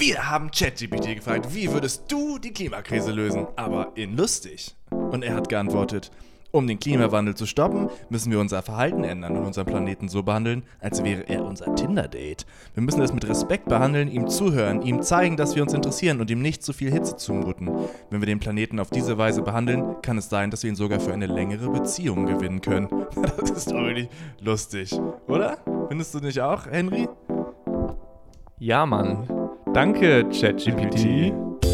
Wir haben ChatGPT gefragt, wie würdest du die Klimakrise lösen? Aber in lustig. Und er hat geantwortet, um den Klimawandel zu stoppen, müssen wir unser Verhalten ändern und unseren Planeten so behandeln, als wäre er unser Tinder-Date. Wir müssen es mit Respekt behandeln, ihm zuhören, ihm zeigen, dass wir uns interessieren und ihm nicht zu viel Hitze zumuten. Wenn wir den Planeten auf diese Weise behandeln, kann es sein, dass wir ihn sogar für eine längere Beziehung gewinnen können. Das ist doch wirklich lustig, oder? Findest du nicht auch, Henry? Ja, Mann. Danke, ChatGPT.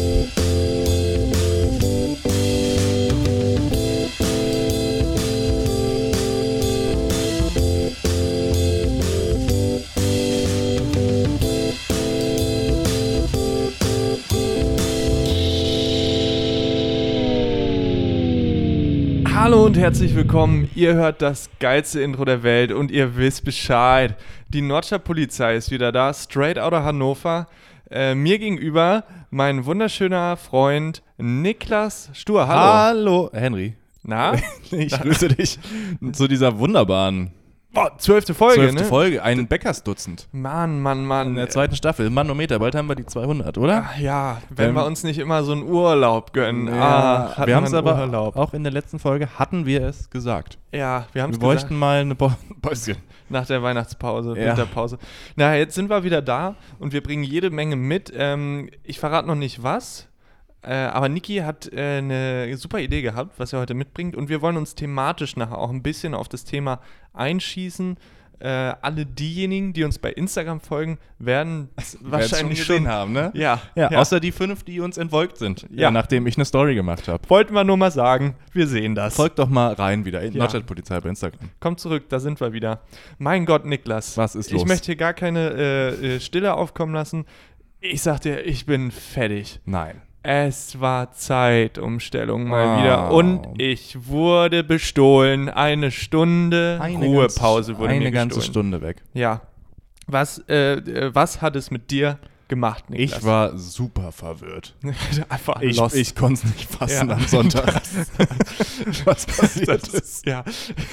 Hallo und herzlich willkommen. Ihr hört das geilste Intro der Welt und ihr wisst Bescheid. Die Nordstadtpolizei ist wieder da, straight out of Hannover. Mir gegenüber mein wunderschöner Freund Niklas Stur. Hallo, Henry. Na? Ich grüße dich zu dieser wunderbaren 12. Folge, 12. ne? Folge, ein Bäckersdutzend. Mann. In der zweiten Staffel, Manometer, bald haben wir die 200, oder? Ach ja, wenn wir uns nicht immer so einen Urlaub gönnen. Ja, wir haben es aber Urlaub. auch in der letzten Folge, hatten wir es gesagt. Ja, wir haben es Wir gesagt. bräuchten mal eine Päuschen. Nach der Weihnachtspause, Ja. Winterpause. Na, jetzt sind wir wieder da und wir bringen jede Menge mit. Ich verrate noch nicht was, aber Niki hat eine super Idee gehabt, was er heute mitbringt. Und wir wollen uns thematisch nachher auch ein bisschen auf das Thema einschießen. Alle diejenigen, die uns bei Instagram folgen, werden wahrscheinlich schon haben, ne? Ja. Außer die 5, die uns entfolgt sind, Ja. nachdem ich eine Story gemacht habe. Wollten wir nur mal sagen, wir sehen das. Folgt doch mal rein wieder in Ja. Nordstadtpolizei bei Instagram. Kommt zurück, da sind wir wieder. Mein Gott, Niklas. Was ist los? Ich möchte hier gar keine Stille aufkommen lassen. Ich sag dir, ich bin fertig. Nein. Es war Zeitumstellung mal wieder und ich wurde bestohlen. Eine Stunde Ruhepause wurde mir Eine gestohlen. ganze Stunde weg. Ja. Was hat es mit dir gemacht, Niklas? Ich war super verwirrt. einfach Ich lost. konnte es nicht fassen Ja. am Sonntag. Was passiert ist. Ja.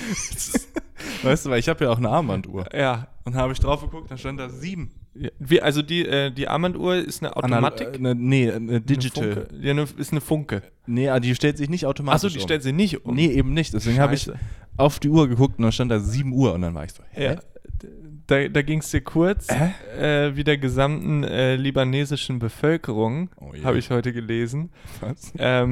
Weißt du, weil ich habe ja auch eine Armbanduhr. Ja. Und habe ich drauf geguckt, da stand da 7. Also die Armbanduhr ist eine Automatik? Eine Digital. Ist eine Funke. Nee, die stellt sich nicht automatisch Achso, die stellt sie nicht um. Nee, eben nicht. Deswegen habe ich Scheiße. auf die Uhr geguckt und da stand da 7 Uhr. Und dann war ich so, hä? Ja, da ging es dir kurz wie der gesamten libanesischen Bevölkerung, Oh je. habe ich heute gelesen. Was?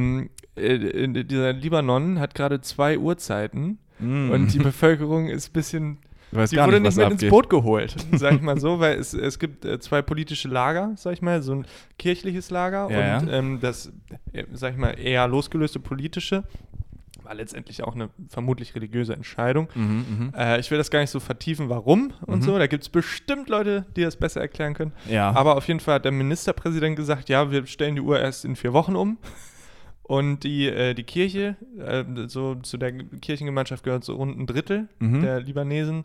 Dieser Libanon hat gerade 2 Uhrzeiten und die Bevölkerung ist ein bisschen, Ich weiß die gar wurde nicht, nicht was mit ins abgeht. Boot geholt, sag ich mal so, weil es gibt 2 politische Lager, sag ich mal, so ein kirchliches Lager Ja, und das, sag ich mal, eher losgelöste politische. War letztendlich auch eine vermutlich religiöse Entscheidung. Ich will das gar nicht so vertiefen, warum und so. Da gibt es bestimmt Leute, die das besser erklären können. Ja. Aber auf jeden Fall hat der Ministerpräsident gesagt, ja, wir stellen die Uhr erst in 4 Wochen um. Und die Kirche, so zu der Kirchengemeinschaft gehört so rund ein Drittel der Libanesen.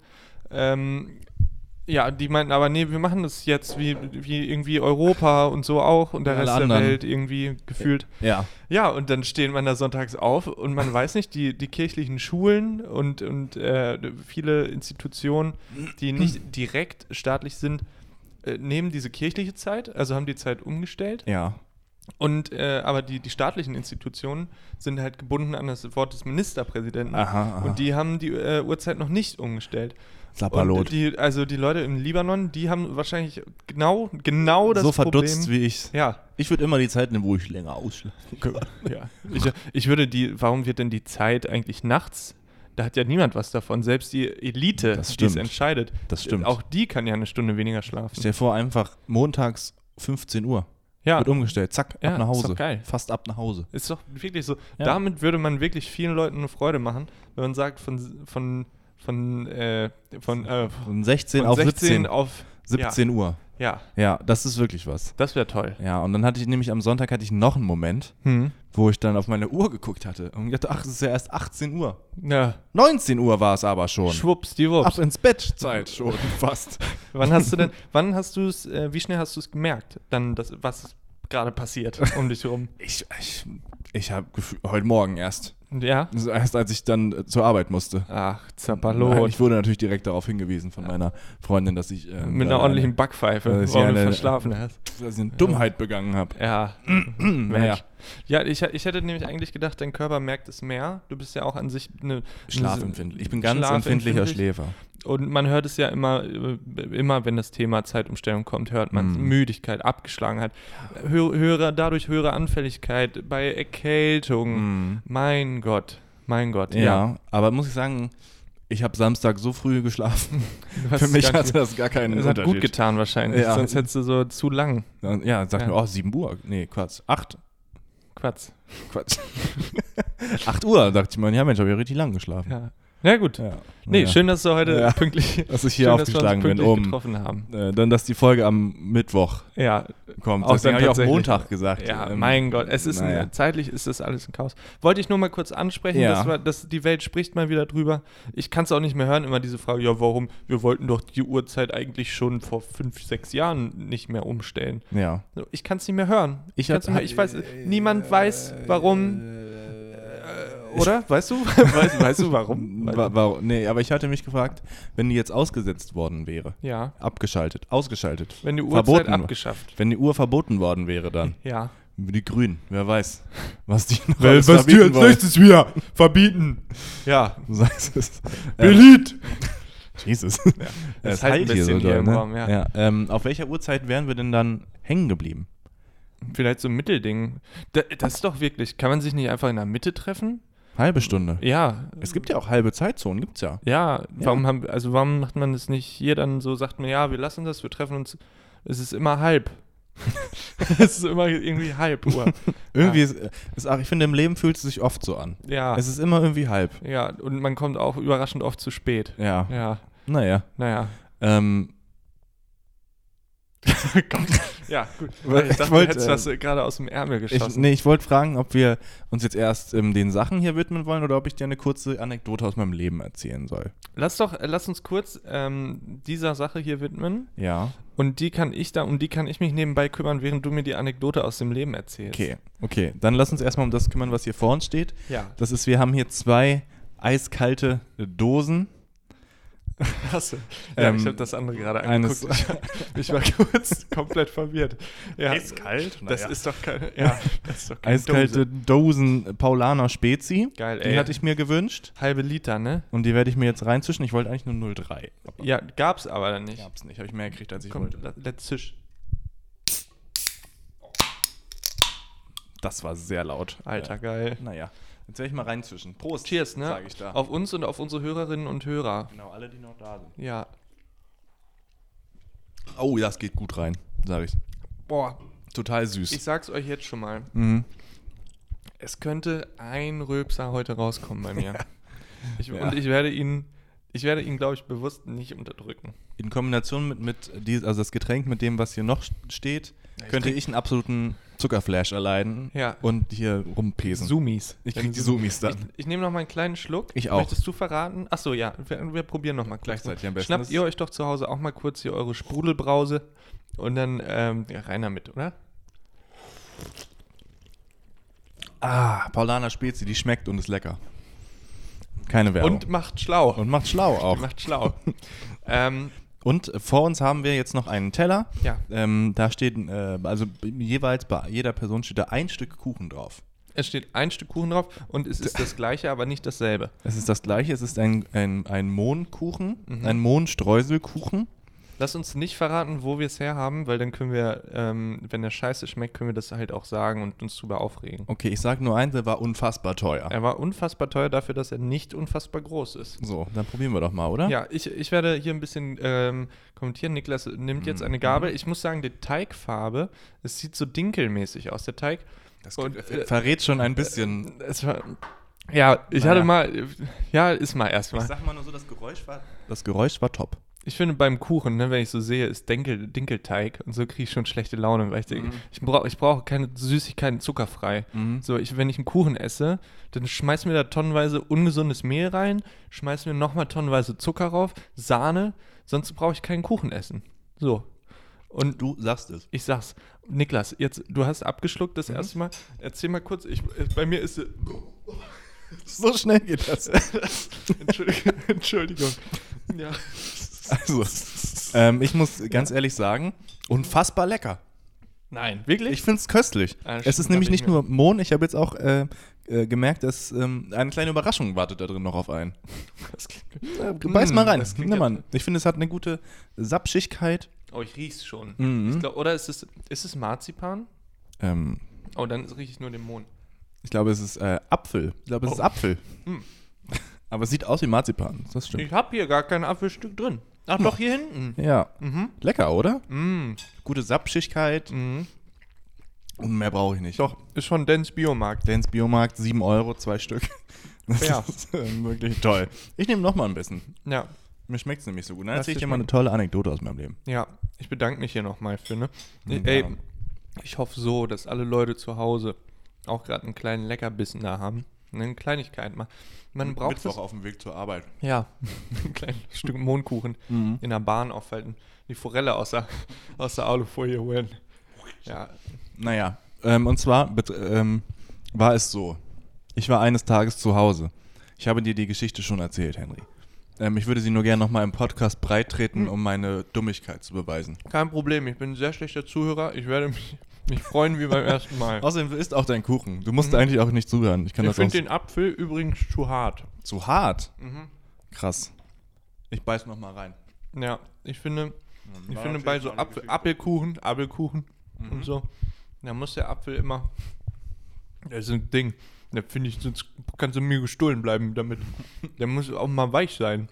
Ja, die meinten aber, nee, wir machen das jetzt wie irgendwie Europa und so auch und der Alle Rest der anderen. Welt irgendwie gefühlt. Ja. Ja, und dann stehen wir da sonntags auf und man weiß nicht, die kirchlichen Schulen und viele Institutionen, die nicht direkt staatlich sind, nehmen diese kirchliche Zeit, also haben die Zeit umgestellt. Ja. Und aber die staatlichen Institutionen sind halt gebunden an das Wort des Ministerpräsidenten. Aha. Und die haben die Uhrzeit noch nicht umgestellt. Sapperlot. Und die Leute im Libanon, die haben wahrscheinlich genau das So Problem. verdutzt wie ich. Ja. Ich würde immer die Zeit nehmen, wo ich länger ausschlafe. Ja. Ich würde warum wird denn die Zeit eigentlich nachts? Da hat ja niemand was davon. Selbst die Elite, Das die es stimmt. entscheidet. Das stimmt. Auch die kann ja eine Stunde weniger schlafen. Stell dir vor, einfach montags 15 Uhr. Ja, Wird umgestellt. Zack, Ja, ab nach ist Hause. doch geil. Fast ab nach Hause. ist doch wirklich so. Ja. Damit würde man wirklich vielen Leuten eine Freude machen, wenn man sagt, von 16 auf 17. auf 17 Uhr. Ja, Ja, das ist wirklich was. das wäre toll. Ja, und dann hatte ich nämlich am Sonntag noch einen Moment, wo ich dann auf meine Uhr geguckt hatte und dachte, ach, es ist ja erst 18 Uhr. Ja, 19 Uhr war es aber schon. schwuppsdiwupps. Ab ins Bett Zeit schon fast. Wie schnell hast du es gemerkt, dann was gerade passiert um dich herum? Ich habe heute Morgen erst. Ja. Das erst als ich dann zur Arbeit musste. Ach, Nein, Zappalot. ich wurde natürlich direkt darauf hingewiesen von meiner Freundin, dass ich Mit einer ordentlichen Backpfeife, dass warum ich du verschlafen hast. dass ich eine Dummheit begangen habe. Ja. Naja. Ja, ich hätte nämlich eigentlich gedacht, dein Körper merkt es mehr. Du bist ja auch an sich Schlafempfindlich. Ich bin ganz empfindlicher Schläfer. Und man hört es ja immer, wenn das Thema Zeitumstellung kommt, hört man Müdigkeit, Abgeschlagenheit, höhere Anfälligkeit bei Erkältung. Mein Gott. Ja, aber muss ich sagen, ich habe Samstag so früh geschlafen. Für mich hatte das gar keinen Das Unterschied. hat gut getan wahrscheinlich, sonst hättest du so zu lang. Ja, sag mir, 7 Uhr. Nee, Quatsch. 8. Quatsch. 8 Uhr, dachte ich mir, ja Mensch, habe ich richtig lang geschlafen. Ja. Ja, gut. Ja. Nee, schön, dass du heute pünktlich, dass ich hier aufgeschlagen bin, getroffen haben. Dann, dass die Folge am Mittwoch kommt. Auch Deswegen habe ich auch tatsächlich. Montag gesagt. Ja, mein Gott, es ist zeitlich ist das alles ein Chaos. Wollte ich nur mal kurz ansprechen, dass die Welt spricht mal wieder drüber. Ich kann es auch nicht mehr hören, immer diese Frage, ja, warum? Wir wollten doch die Uhrzeit eigentlich schon vor 5, 6 Jahren nicht mehr umstellen. Ja. Ich kann es nicht mehr hören. Ich weiß, niemand weiß, warum. Oder? Weißt du? Weißt du warum? Nee, aber ich hatte mich gefragt, wenn die jetzt ausgesetzt worden wäre. Ja. Ausgeschaltet. Wenn die Uhrzeit abgeschafft. Wenn die Uhr verboten worden wäre dann. Ja. Die Grünen, wer weiß, was die noch was die als nächstes wieder verbieten. Ja. Du sagst es. Belit! Jesus. Ja. Das halt ein bisschen hier im Raum, ja. Auf welcher Uhrzeit wären wir denn dann hängen geblieben? Vielleicht so ein Mittelding. Das ist doch wirklich, kann man sich nicht einfach in der Mitte treffen? Halbe Stunde. Ja. Es gibt ja auch halbe Zeitzonen, gibt's ja. Ja, warum macht man das nicht hier dann so, sagt man, ja, wir lassen das, wir treffen uns, es ist immer halb. Es ist immer irgendwie halb Uhr. Irgendwie ich finde, im Leben fühlt es sich oft so an. Ja. Es ist immer irgendwie halb. Ja, und man kommt auch überraschend oft zu spät. Ja. Ja. Naja. Ja, gut. Ich dachte, du hättest das gerade aus dem Ärmel geschossen. Ich wollte fragen, ob wir uns jetzt erst den Sachen hier widmen wollen oder ob ich dir eine kurze Anekdote aus meinem Leben erzählen soll. Lass uns kurz dieser Sache hier widmen. Ja. Und um die kann ich mich nebenbei kümmern, während du mir die Anekdote aus dem Leben erzählst. Okay. Dann lass uns erstmal um das kümmern, was hier vor uns steht. Ja. Wir haben hier 2 eiskalte Dosen. Achso. Ja, ich habe das andere gerade angeguckt. Ich war kurz komplett verwirrt. Ja. Eiskalt? Das ist doch keine eiskalte Dosen Paulaner Spezi. Geil, ey. Die hatte ich mir gewünscht. Halbe Liter, ne? Und die werde ich mir jetzt reinzischen. Ich wollte eigentlich nur 0,3. Ja, gab's aber dann nicht. Gab's nicht. Habe ich mehr gekriegt, als ich wollte. Let's zisch. Das war sehr laut. Alter, geil. Naja. Jetzt werde ich mal reinzwischen. Prost. Cheers, ne? Sag ich da. Auf uns und auf unsere Hörerinnen und Hörer. Genau, alle, die noch da sind. Ja. Oh, das geht gut rein, sag ich. Boah. Total süß. Ich sag's euch jetzt schon mal. Mhm. Es könnte ein Rülpser heute rauskommen bei mir. Und ich werde ihn, glaube ich, bewusst nicht unterdrücken. In Kombination mit das Getränk mit dem, was hier noch steht, könnte ich einen absoluten Zuckerflash erleiden und hier rumpesen. Zoomies. Ich krieg die Zoomies dann. Ich nehme noch mal einen kleinen Schluck. Ich auch. Möchtest du verraten? Achso, ja, wir probieren noch mal gleichzeitig am besten. Schnappt ihr euch doch zu Hause auch mal kurz hier eure Sprudelbrause und dann rein damit, oder? Paulaner Spezi, die schmeckt und ist lecker. Keine Werbung. Und macht schlau. Und macht schlau auch. Macht schlau. Und vor uns haben wir jetzt noch einen Teller. Ja. Da steht, jeweils bei jeder Person steht da ein Stück Kuchen drauf. Es steht ein Stück Kuchen drauf und es ist das gleiche, aber nicht dasselbe. Es ist das gleiche, es ist ein Mohnkuchen, ein Mohnstreuselkuchen. Lass uns nicht verraten, wo wir es herhaben, weil dann können wir, wenn der Scheiße schmeckt, können wir das halt auch sagen und uns drüber aufregen. Okay, ich sag nur eins, der war unfassbar teuer. Er war unfassbar teuer dafür, dass er nicht unfassbar groß ist. So, dann probieren wir doch mal, oder? Ja, ich werde hier ein bisschen kommentieren. Niklas nimmt jetzt eine Gabel. Ich muss sagen, die Teigfarbe, es sieht so dinkelmäßig aus, der Teig. Das verrät schon ein bisschen. Ich hatte mal, ist mal erstmal. Ich sag mal nur so, das Geräusch war top. Ich finde beim Kuchen, ne, wenn ich so sehe, ist Dinkelteig und so kriege ich schon schlechte Laune, weil ich denke, ich brauche keine Süßigkeiten zuckerfrei. So, wenn ich einen Kuchen esse, dann schmeiß mir da tonnenweise ungesundes Mehl rein, schmeiß mir nochmal tonnenweise Zucker rauf, Sahne, sonst brauche ich keinen Kuchen essen. So. Und du sagst es. Ich sag's. Niklas, jetzt, du hast abgeschluckt das erste Mal. Erzähl mal kurz, bei mir ist So schnell geht das. Entschuldigung. Ja. Also, ich muss ganz ehrlich sagen, unfassbar lecker. Nein, wirklich? Ich finde es köstlich. Es ist nämlich nicht nur Mohn, ich habe jetzt auch gemerkt, dass eine kleine Überraschung wartet da drin noch auf einen. Beiß mal rein. Nimm mal. Ich finde, es hat eine gute Sapschigkeit. Oh, ich riech's schon. Mhm. Ich glaub, oder ist es Marzipan? Oh, dann rieche ich nur den Mohn. Ich glaube, es ist Apfel. Ich glaube, es ist Apfel. Aber es sieht aus wie Marzipan. Das stimmt. Ich habe hier gar kein Apfelstück drin. Ach, doch, hier hinten. Ja. Lecker, oder? Mm. Gute Sapschigkeit. Mhm. Und mehr brauche ich nicht. Doch, ist von Dens Biomarkt. Dens Biomarkt, 7 €, 2 Stück. Das Ja. ist wirklich toll. Ich nehme noch mal ein bisschen. Ja. Mir schmeckt es nämlich so gut. Dann Lass erzähle ich dich dir mal mal- eine tolle Anekdote aus meinem Leben. Ja, ich bedanke mich hier nochmal für, ne? Mhm, Ey, ja. ich hoffe so, dass alle Leute zu Hause auch gerade einen kleinen Leckerbissen da haben. Eine Kleinigkeit mal. Man braucht Mittwoch es. auf dem Weg zur Arbeit. Ja, ein kleines Stück Mohnkuchen in der Bahn aufhalten. Die Forelle aus der Alufolie holen. Ja, Naja, und zwar war es so. Ich war eines Tages zu Hause. Ich habe dir die Geschichte schon erzählt, Henry. Ich würde sie nur gerne nochmal im Podcast breittreten, um meine Dummigkeit zu beweisen. kein Problem. Ich bin ein sehr schlechter Zuhörer. Ich werde mich freuen wie beim ersten Mal. Außerdem isst auch dein Kuchen. Du musst eigentlich auch nicht zuhören. Ich kann Ich das finde auch den Apfel übrigens zu hart. zu hart. Mhm. Krass. Ich beiß nochmal rein. Ja, ich finde Ja, bei erzähl so mal die Geschichte. Apfelkuchen und so, da muss der Apfel immer, das ist ein Ding, da finde ich, sonst kannst du mir gestohlen bleiben damit. Der muss auch mal weich sein.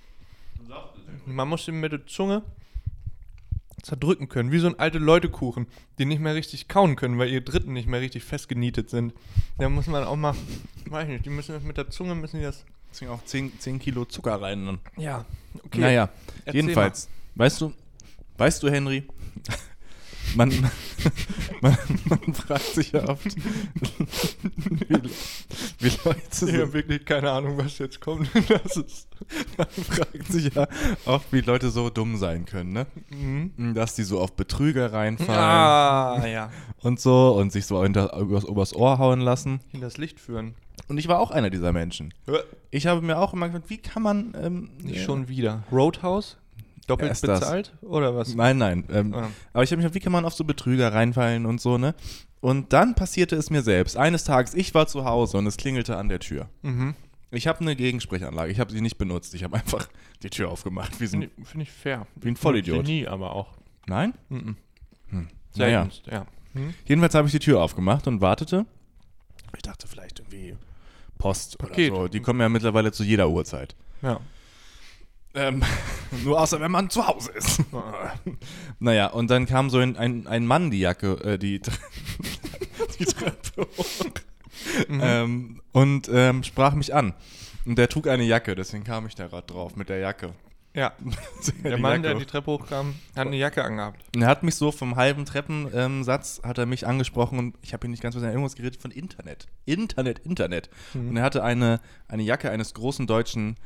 Man muss ihn mit der Zunge zerdrücken können, wie so ein alte Leute-Kuchen, die nicht mehr richtig kauen können, weil ihre Dritten nicht mehr richtig festgenietet sind. Da muss man auch mal, weiß nicht, die müssen das mit der Zunge, müssen die das, Deswegen auch 10 Kilo Zucker rein. Dann. ja, okay. Naja, Erzähl jedenfalls. Weißt du, Henry, man fragt sich ja oft, wie Leute Ich so, habe wirklich keine Ahnung, was jetzt kommt. Das ist, man fragt sich ja oft, wie Leute so dumm sein können, ne? Dass die so auf Betrüger reinfallen ja. und so und sich so übers Ohr hauen lassen. In das Licht führen. Und ich war auch einer dieser Menschen. Ich habe mir auch immer gefragt, wie kann man... Nicht schon wieder. Roadhouse? Doppelt Erst das. bezahlt? Oder was? Nein. Ah. Aber ich habe mich gefragt, wie kann man auf so Betrüger reinfallen und so, ne? Und dann passierte es mir selbst. Eines Tages, ich war zu Hause und es klingelte an der Tür. Mhm. Ich habe eine Gegensprechanlage. Ich habe sie nicht benutzt. Ich habe einfach die Tür aufgemacht. Finde ich fair. Wie ein Vollidiot. Nie, aber auch. Nein? Mhm. Naja. Seltenst, ja. Hm? Jedenfalls habe ich die Tür aufgemacht und wartete. Ich dachte vielleicht irgendwie Post Paket. oder so. Die kommen ja mittlerweile zu jeder Uhrzeit. Ja. Nur außer wenn man zu Hause ist. Naja, und dann kam so ein Mann die Jacke, die Treppe hoch und sprach mich an. Und der trug eine Jacke, deswegen kam ich da gerade drauf mit der Jacke. Ja. Der Die Mann, Jacke. der die Treppe hochkam, hat eine Jacke angehabt. Und er hat mich so vom halben Treppensatz hat er mich angesprochen und ich habe ihn nicht ganz verstanden, irgendwas geredet von Internet. Internet. Und er hatte eine Jacke eines großen deutschen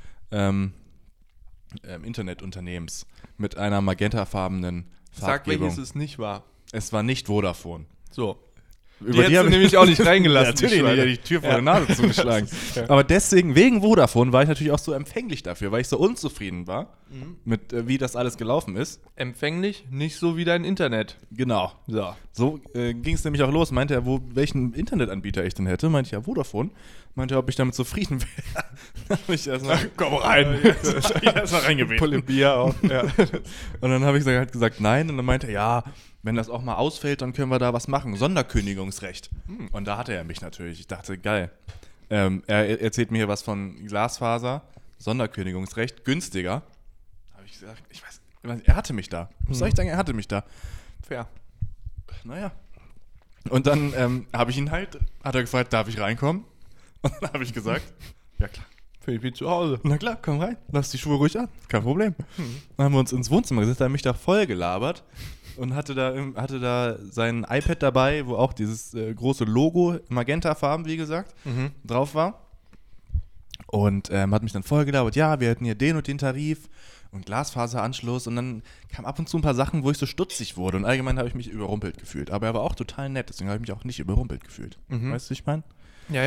Internetunternehmens mit einer magentafarbenen Sag, Farbgebung. welches es nicht war. Es war nicht Vodafone. So. Über hättest du hab ich- nämlich auch nicht reingelassen, die Natürlich nicht, Schweine. ja, die Tür vor Ja. der Nase zugeschlagen. Ja. Aber deswegen, wegen Vodafone, war ich natürlich auch so empfänglich dafür, weil ich so unzufrieden war mit, wie das alles gelaufen ist. Empfänglich, nicht so wie dein Internet. Genau. So. So ging es nämlich auch los. Meinte er, welchen Internetanbieter ich denn hätte. Meinte ich, ja, Vodafone. Meinte er, ob ich damit zufrieden wäre. Dann habe ich erstmal Komm rein. erstmal reingebeten. Pulle Bier auf. Ja. Und dann habe ich halt gesagt, nein. Und dann meinte er, ja, wenn das auch mal ausfällt, dann können wir da was machen. Sonderkündigungsrecht. Und da hatte er mich natürlich. Ich dachte, geil. Er erzählt mir hier was von Glasfaser, Sonderkündigungsrecht, günstiger. Habe ich gesagt, ich weiß, er hatte mich da. Was soll ich sagen, er hatte mich da. Fair. Naja. Und dann habe ich ihn halt, hat er gefragt, darf ich reinkommen? Und dann habe ich gesagt, ja klar. Finde ich wie zu Hause. Na klar, komm rein, lass die Schuhe ruhig an, kein Problem. Dann haben wir uns ins Wohnzimmer gesetzt, da hat er mich da voll gelabert und hatte da sein iPad dabei, wo auch dieses große Logo, Magenta-Farben, wie gesagt, drauf war. Und hat mich dann voll gelabert, ja, wir hätten hier den und den Tarif und Glasfaseranschluss und dann kam ab und zu ein paar Sachen, wo ich so stutzig wurde und allgemein habe ich mich überrumpelt gefühlt. Aber er war auch total nett, deswegen habe ich mich auch nicht überrumpelt gefühlt. Weißt du, wie ich meine? Ja, ja.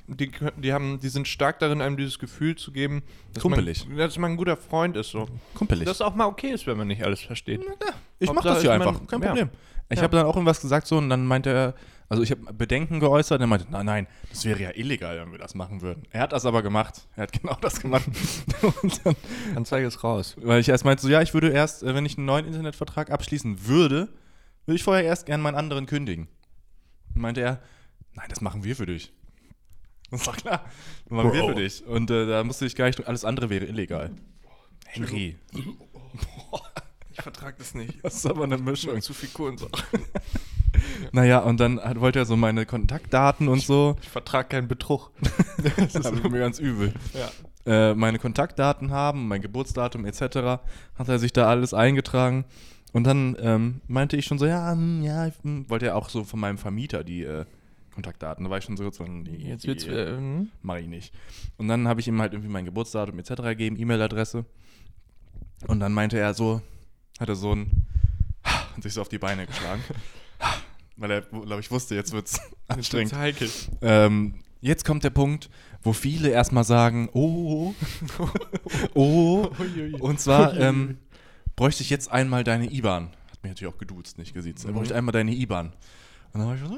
die sind stark darin, einem dieses Gefühl zu geben, dass Kumpelig. dass man ein guter Freund ist. So. Kumpelig. Dass es auch mal okay ist, wenn man nicht alles versteht. Ich mach Hauptsache das hier ist man- einfach, kein ja. Problem. Ich Ja. habe dann auch irgendwas gesagt so und dann meinte er, also ich habe Bedenken geäußert, er meinte, nein, das wäre ja illegal, wenn wir das machen würden. Er hat das aber gemacht. Er hat genau das gemacht. Und dann, Anzeige ist raus. weil ich erst meinte so, ja, ich würde erst, wenn ich einen neuen Internetvertrag abschließen würde ich vorher erst gerne meinen anderen kündigen. Und meinte er, nein, das machen wir für dich. Das war klar, das machen wir für dich. Und da musste ich gar nicht, alles andere wäre illegal. Henry. Ich vertrage das nicht. Das ist aber eine Mischung. Zu viel Kohlensäure. Naja, und dann wollte er so meine Kontaktdaten und so. Ich vertrage keinen Betrug. Das ist mir ganz übel. Ja. Meine Kontaktdaten haben, mein Geburtsdatum etc. Hat er sich da alles eingetragen. Und dann meinte ich schon so, wollte er auch so von meinem Vermieter die Kontaktdaten. Da war ich schon so, nee, Jetzt wird's. mach ich nicht. Und dann habe ich ihm halt irgendwie mein Geburtsdatum etc. gegeben, E-Mail-Adresse. Und dann meinte er so, hat sich so auf die Beine geschlagen. Weil er, glaube ich, wusste, jetzt wird's anstrengend. heikel. Jetzt kommt der Punkt, wo viele erstmal sagen, oh, und zwar bräuchte ich jetzt einmal deine IBAN. Hat mich natürlich auch geduzt, nicht gesiezt. Er bräuchte einmal deine IBAN. Und dann war ich so,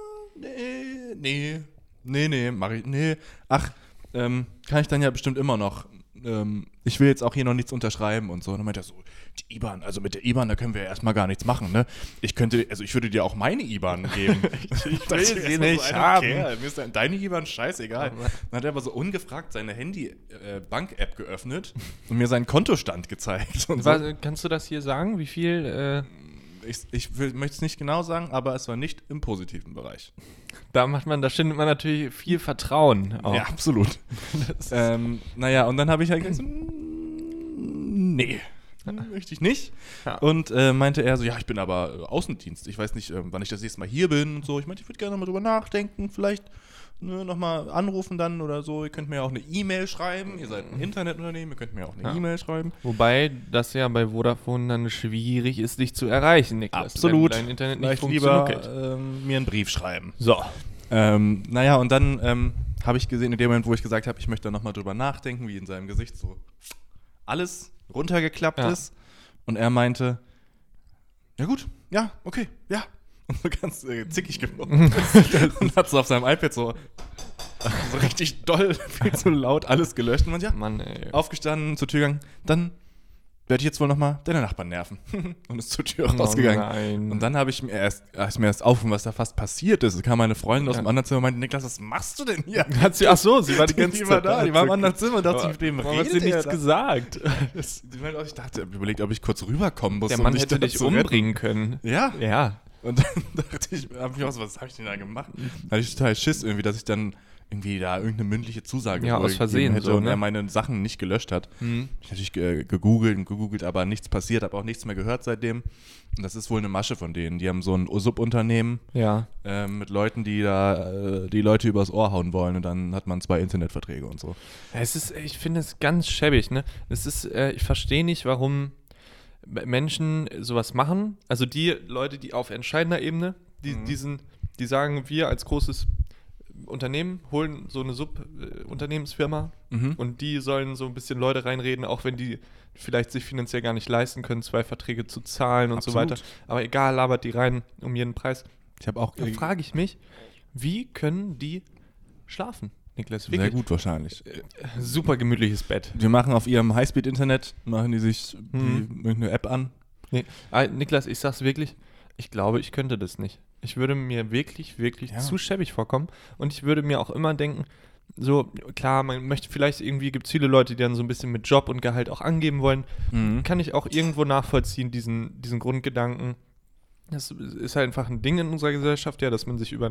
nee, mach ich, nee. Ach, kann ich dann ja bestimmt immer noch. Ich will jetzt auch hier noch nichts unterschreiben und so. Und dann meinte er so, die IBAN, also mit der IBAN, da können wir ja erstmal gar nichts machen, ne? Ich würde dir auch meine IBAN geben. Ich will sie nicht haben. Mir ist deine IBAN scheißegal. Dann hat er aber so ungefragt seine Handy-Bank-App geöffnet und mir seinen Kontostand gezeigt. Und so. Kannst du das hier sagen? Wie viel? Möchte es nicht genau sagen, aber es war nicht im positiven Bereich. Da findet man natürlich viel Vertrauen auch. Ja, absolut. Naja, und dann habe ich halt gesagt, nee, möchte ich nicht. Ja. Und meinte er so, ja, ich bin aber Außendienst. Ich weiß nicht, wann ich das nächste Mal hier bin und so. Ich meinte, ich würde gerne mal drüber nachdenken, vielleicht nochmal anrufen dann oder so. Ihr könnt mir auch eine E-Mail schreiben. Ihr seid ein Internetunternehmen, ihr könnt mir auch eine E-Mail schreiben. Wobei das ja bei Vodafone dann schwierig ist, dich zu erreichen, Niklas. Absolut. Wenn dein Internet nicht Vielleicht lieber funktioniert. mir einen Brief schreiben. So. Naja, und dann habe ich gesehen, in dem Moment, wo ich gesagt habe, ich möchte da nochmal drüber nachdenken, wie in seinem Gesicht so alles runtergeklappt ist. Und er meinte, ja gut, ja, okay, ja. Und so ganz zickig geworden. Und hat so auf seinem iPad so richtig doll, viel zu laut alles gelöscht. Und man, ja, Mann, ey. aufgestanden, zur Tür gegangen. Dann werde ich jetzt wohl nochmal deine Nachbarn nerven. Und ist zur Tür rausgegangen. Nein. Und dann habe ich mir erst aufgefallen, was da fast passiert ist. Da kam meine Freundin aus dem anderen Zimmer und meinte, Niklas, was machst du denn hier? Ach so, sie war die ganze Die Zeit war da, die war im anderen Zimmer und dachte, Aber mit dem warum hat redet sie nichts er? gesagt? Ich dachte, überlegt, ob ich kurz rüberkommen muss. Der um Mann dich hätte da dich zu retten. umbringen können. Ja. Ja. Und dann dachte ich, was habe ich denn da gemacht? Da hatte ich total Schiss irgendwie, dass ich dann irgendwie da irgendeine mündliche Zusage Ja, aus gegeben Versehen hätte so, und ne? er meine Sachen nicht gelöscht hat. Ich habe natürlich gegoogelt, aber nichts passiert, habe auch nichts mehr gehört seitdem. Und das ist wohl eine Masche von denen. Die haben so ein Subunternehmen Ja. mit Leuten, die da die Leute übers Ohr hauen wollen und dann hat man 2 Internetverträge und so. Ich finde es ganz schäbig, ne? Ich verstehe nicht, warum Menschen sowas machen. Also die Leute, die auf entscheidender Ebene, die sagen, wir als großes Unternehmen holen so eine Subunternehmensfirma und die sollen so ein bisschen Leute reinreden, auch wenn die vielleicht sich finanziell gar nicht leisten können, 2 Verträge zu zahlen und so Absolut. weiter. Aber egal, labert die rein um jeden Preis. Ich habe auch Da frage ich mich, wie können die schlafen, Niklas? sehr gut wahrscheinlich. Super gemütliches Bett. Die machen auf ihrem Highspeed-Internet, machen die sich irgendeine App an. Nee. Niklas, ich sag's wirklich, ich glaube, ich könnte das nicht. Ich würde mir wirklich, wirklich zu schäbig vorkommen und ich würde mir auch immer denken, so, klar, man möchte vielleicht irgendwie, gibt es viele Leute, die dann so ein bisschen mit Job und Gehalt auch angeben wollen, kann ich auch irgendwo nachvollziehen, diesen Grundgedanken. Das ist halt einfach ein Ding in unserer Gesellschaft, ja, dass man sich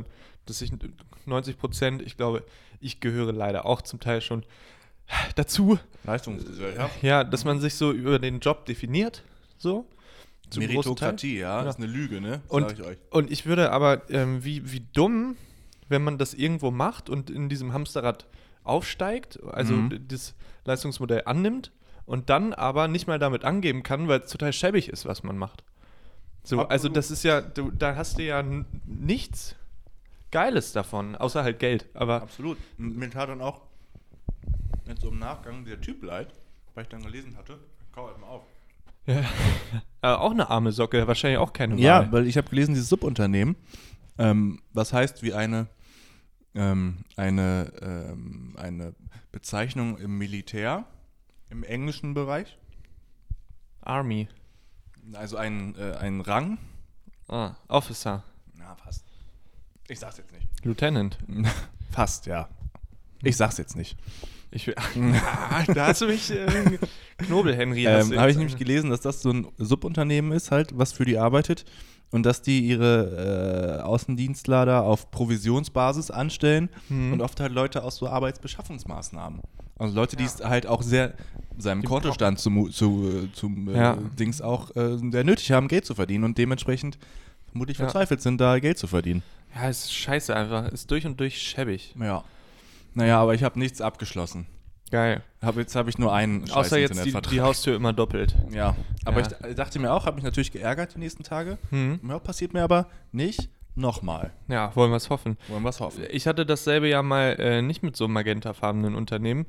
90%, ich glaube, ich gehöre leider auch zum Teil schon dazu, Leistungsgesellschaft. ja, dass man sich so über den Job definiert, so. Zum großen Teil. Meritokratie, ja, ist eine Lüge, ne? Sag ich euch. Und ich würde aber, wie dumm, wenn man das irgendwo macht und in diesem Hamsterrad aufsteigt, also das Leistungsmodell annimmt und dann aber nicht mal damit angeben kann, weil es total schäbig ist, was man macht. So, also das ist ja, da hast du ja nichts. Geiles davon, außer halt Geld. Aber Absolut. Mir tat dann auch jetzt so im Nachgang der Typ leid, weil ich dann gelesen hatte, kau halt mal auf. auch eine arme Socke, wahrscheinlich auch keine Wahl. Ja, weil ich habe gelesen, dieses Subunternehmen, was heißt wie eine Bezeichnung im Militär, im englischen Bereich. Army. Also ein Rang. Officer. Na, fast. Ich sag's jetzt nicht. Lieutenant. Fast, ja. Ich sag's jetzt nicht. Da hast du mich Knobel-Henry. Habe ich nämlich gelesen, dass das so ein Subunternehmen ist halt, was für die arbeitet und dass die ihre Außendienstler da auf Provisionsbasis anstellen und oft halt Leute aus so Arbeitsbeschaffungsmaßnahmen. Also Leute, die es halt auch seinem Kontostand zum Dings auch sehr nötig haben, Geld zu verdienen und dementsprechend vermutlich verzweifelt sind, da Geld zu verdienen. Ja, ist scheiße einfach. Ist durch und durch schäbig. Ja. Naja, aber ich habe nichts abgeschlossen. Geil. Jetzt habe ich nur einen Außer jetzt die Haustür immer doppelt. Ja, aber ich dachte mir auch, habe mich natürlich geärgert die nächsten Tage. Ja, passiert mir aber nicht nochmal. Ja, wollen wir es hoffen. Ich hatte dasselbe ja mal nicht mit so magentafarbenen Unternehmen,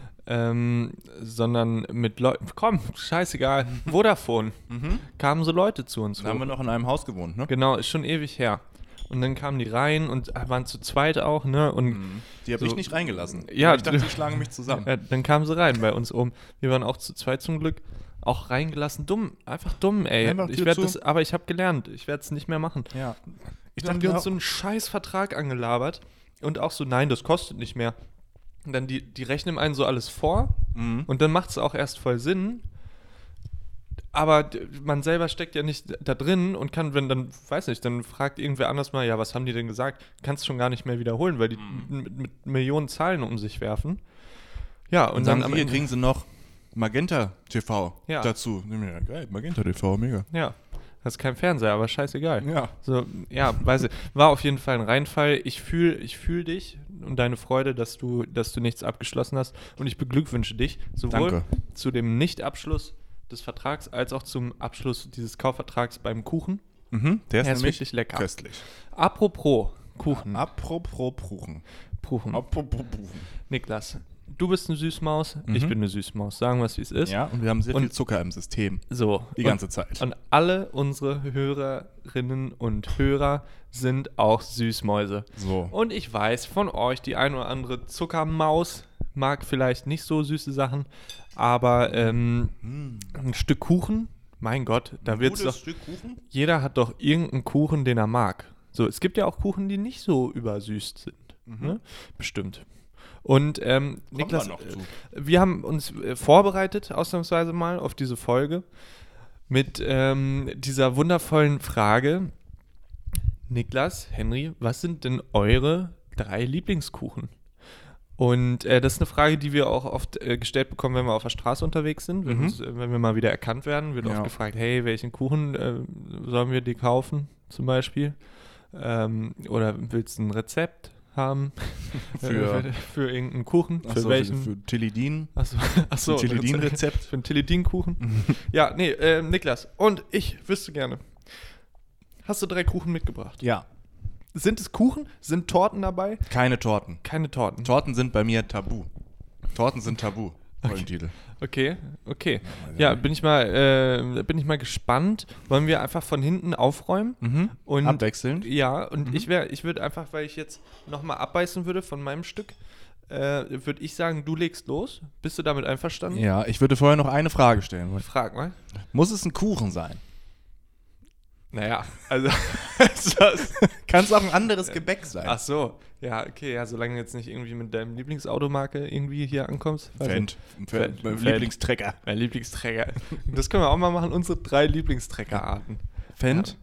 sondern mit Leuten, scheißegal, Vodafone. Kamen so Leute zu uns. Da haben wir noch in einem Haus gewohnt, ne? Genau, ist schon ewig her. Und dann kamen die rein und waren zu zweit auch, ne? Und die habe ich nicht reingelassen. Ja, ich dachte, die schlagen mich zusammen. Ja, dann kamen sie rein bei uns oben. Wir waren auch zu zweit zum Glück. Auch reingelassen. Einfach dumm, ey. Aber ich habe gelernt. Ich werde es nicht mehr machen. Ja. Dann haben die uns so einen scheiß Vertrag angelabert. Und auch so, nein, das kostet nicht mehr. Und dann die rechnen einem so alles vor. Und dann macht es auch erst voll Sinn. Aber man selber steckt ja nicht da drin und kann, wenn dann, weiß nicht, dann fragt irgendwer anders mal, ja, was haben die denn gesagt? Kannst schon gar nicht mehr wiederholen, weil die mit Millionen Zahlen um sich werfen. Ja, und dann hier kriegen sie noch Magenta TV dazu. Ja, geil, Magenta TV, mega. Ja, das ist kein Fernseher, aber scheißegal. Ja. So, ja, weiß ich, war auf jeden Fall ein Reinfall. Ich fühl dich und deine Freude, dass du nichts abgeschlossen hast und ich beglückwünsche dich sowohl zu dem Nicht-Abschluss des Vertrags als auch zum Abschluss dieses Kaufvertrags beim Kuchen. Der ist nämlich wirklich lecker. Köstlich. Apropos Kuchen. Apropos Kuchen. Niklas, du bist eine Süßmaus, ich bin eine Süßmaus. Sagen wir es, wie es ist. Ja, und wir haben sehr viel Zucker im System. So. Die ganze Zeit. Und alle unsere Hörerinnen und Hörer sind auch Süßmäuse. So. Und ich weiß von euch, die ein oder andere Zuckermaus mag vielleicht nicht so süße Sachen, aber ein Stück Kuchen, mein Gott, da wird's doch. Stück Kuchen? Jeder hat doch irgendeinen Kuchen, den er mag. So, es gibt ja auch Kuchen, die nicht so übersüßt sind. Ne? Bestimmt. Und Niklas, wir haben uns vorbereitet, ausnahmsweise mal, auf diese Folge mit dieser wundervollen Frage. Niklas, Henry, was sind denn eure 3 Lieblingskuchen? Und das ist eine Frage, die wir auch oft gestellt bekommen, wenn wir auf der Straße unterwegs sind. Wenn wir mal wieder erkannt werden, wird oft gefragt, hey, welchen Kuchen sollen wir dir kaufen, zum Beispiel? Oder willst du ein Rezept haben für irgendeinen Kuchen? Für welchen? Für Tilidin. Achso, ein Tilidin-Rezept. Für einen Tilidin-Kuchen. Ja, nee, Niklas. Und ich wüsste gerne, hast du 3 Kuchen mitgebracht? Ja. Sind es Kuchen? Sind Torten dabei? Keine Torten. Keine Torten. Torten sind bei mir tabu. Torten sind tabu. Folgentitel. Okay. Ja, bin ich mal gespannt. Wollen wir einfach von hinten aufräumen? Und abwechselnd? Ja, und ich würde einfach, weil ich jetzt nochmal abbeißen würde von meinem Stück, würde ich sagen, du legst los. Bist du damit einverstanden? Ja, ich würde vorher noch eine Frage stellen. Frag mal. Muss es ein Kuchen sein? Naja, also kann es auch ein anderes Gebäck sein. Ach so, ja, okay, ja, solange du jetzt nicht irgendwie mit deinem Lieblingsautomarke irgendwie hier ankommst. Fendt. Lieblingstrecker. Mein Lieblingstrecker. Das können wir auch mal machen, unsere 3 Lieblingstreckerarten. Fendt,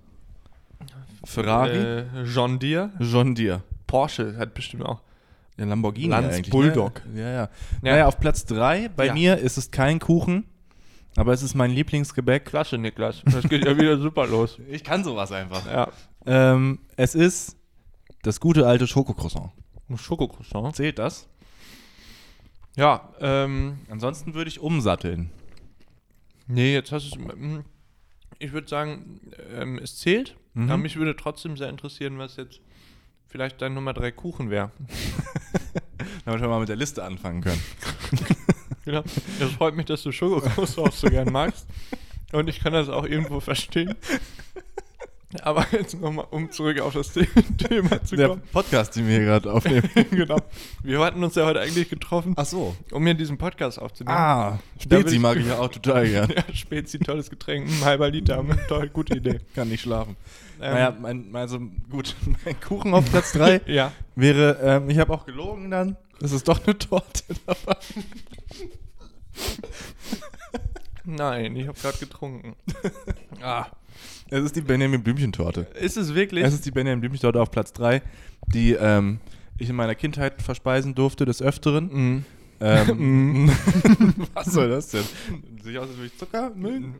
Ferrari, John Deere. Porsche hat bestimmt auch. Ja, Lamborghini Lanz eigentlich. Bulldog. Ne? Ja. Naja, auf Platz 3 bei mir ist es kein Kuchen. Aber es ist mein Lieblingsgebäck. Klasse, Niklas. Das geht ja wieder super los. Ich kann sowas einfach. Ja. Es ist das gute alte Schokocroissant. Schokocroissant? Zählt das? Ja. Ansonsten würde ich umsatteln. Nee, jetzt hast du es. Ich würde sagen, es zählt. Aber mich würde trotzdem sehr interessieren, was jetzt vielleicht dein Nummer 3 Kuchen wäre. Damit wir mal mit der Liste anfangen können. Genau. Das freut mich, dass du Schokokuss auch so gern magst. Und ich kann das auch irgendwo verstehen. Aber jetzt nochmal, um zurück auf das Thema zu Der kommen. Podcast, den wir hier gerade aufnehmen. Genau. Wir hatten uns ja heute eigentlich getroffen, Ach so. um hier diesen Podcast aufzunehmen. Ah, Da will Spezi ich- mag ich ja auch total gern. Ja, Spezi, tolles Getränk, ein halber Liter, toll, gute Idee. Kann nicht schlafen. Ähm, Naja, gut, mein Kuchen auf Platz 3 Ja. wäre, ich habe auch gelogen dann, es ist doch eine Torte dabei. Nein, ich habe gerade getrunken. Ah. Es ist die Benjamin Blümchen-Torte. Ist es wirklich? Es ist die Benjamin Blümchen-Torte auf Platz 3, die ich in meiner Kindheit verspeisen durfte des Öfteren. Mhm. Was soll das denn? Sieht aus, als würde ich Zucker mögen.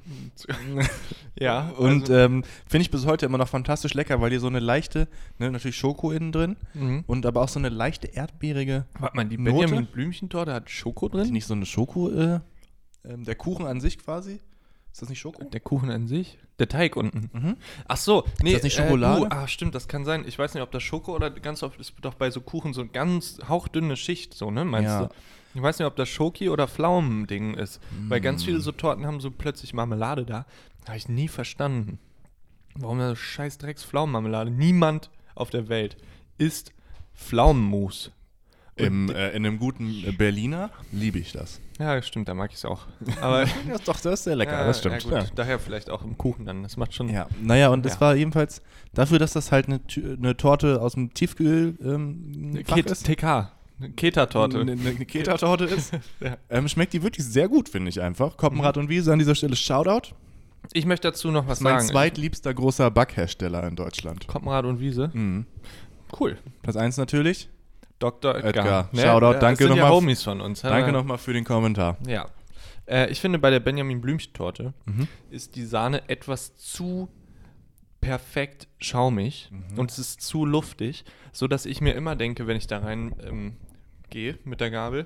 Ja. Und also, finde ich bis heute immer noch fantastisch lecker, weil die so eine leichte, natürlich Schoko innen drin und aber auch so eine leichte erdbeerige warte mal, die Note? Benjamin Blümchen-Torte hat Schoko Ist drin? nicht so eine Schoko, der Kuchen an sich quasi? Ist das nicht Schoko? Der Kuchen an sich? Der Teig unten. Mhm. Ach so, nee. das nicht Schokolade? Stimmt, das kann sein. Ich weiß nicht, ob das Schoko oder ganz oft ist doch bei so Kuchen so eine ganz hauchdünne Schicht, so, ne? Meinst Ja. du? Ich weiß nicht, ob das Schoki oder Pflaumending ist. Weil ganz viele so Torten haben so plötzlich Marmelade da. Habe ich nie verstanden. Warum da so scheiß Drecks Pflaumenmarmelade? Niemand auf der Welt isst Pflaumenmus. In einem guten Berliner liebe ich das. Ja, stimmt, da mag ich es auch. Aber Das ist sehr lecker, ja, das stimmt. Ja, gut, daher vielleicht auch im Kuchen dann. Das macht schon. Ja, naja, und es Ja. war jedenfalls dafür, dass das halt eine Torte aus dem Tiefkühl Fach ist. TK. Keta-Torte. Eine Keta-Torte ist. Ja. Schmeckt die wirklich sehr gut, finde ich einfach. Koppenrad und Wiese an dieser Stelle Shoutout. Ich möchte dazu noch was Das ist mein sagen. zweitliebster großer Backhersteller in Deutschland. Koppenrad und Wiese. Mhm. Cool. Platz 1 natürlich. Dr. Edgar. Ne? Shoutout, Das danke sind ja nochmal. Homies von uns. Danke nochmal für den Kommentar. Ja. Ich finde, bei der Benjamin Blümchen-Torte Mhm. ist die Sahne etwas zu perfekt schaumig und es ist zu luftig, sodass ich mir immer denke, wenn ich da rein gehe mit der Gabel,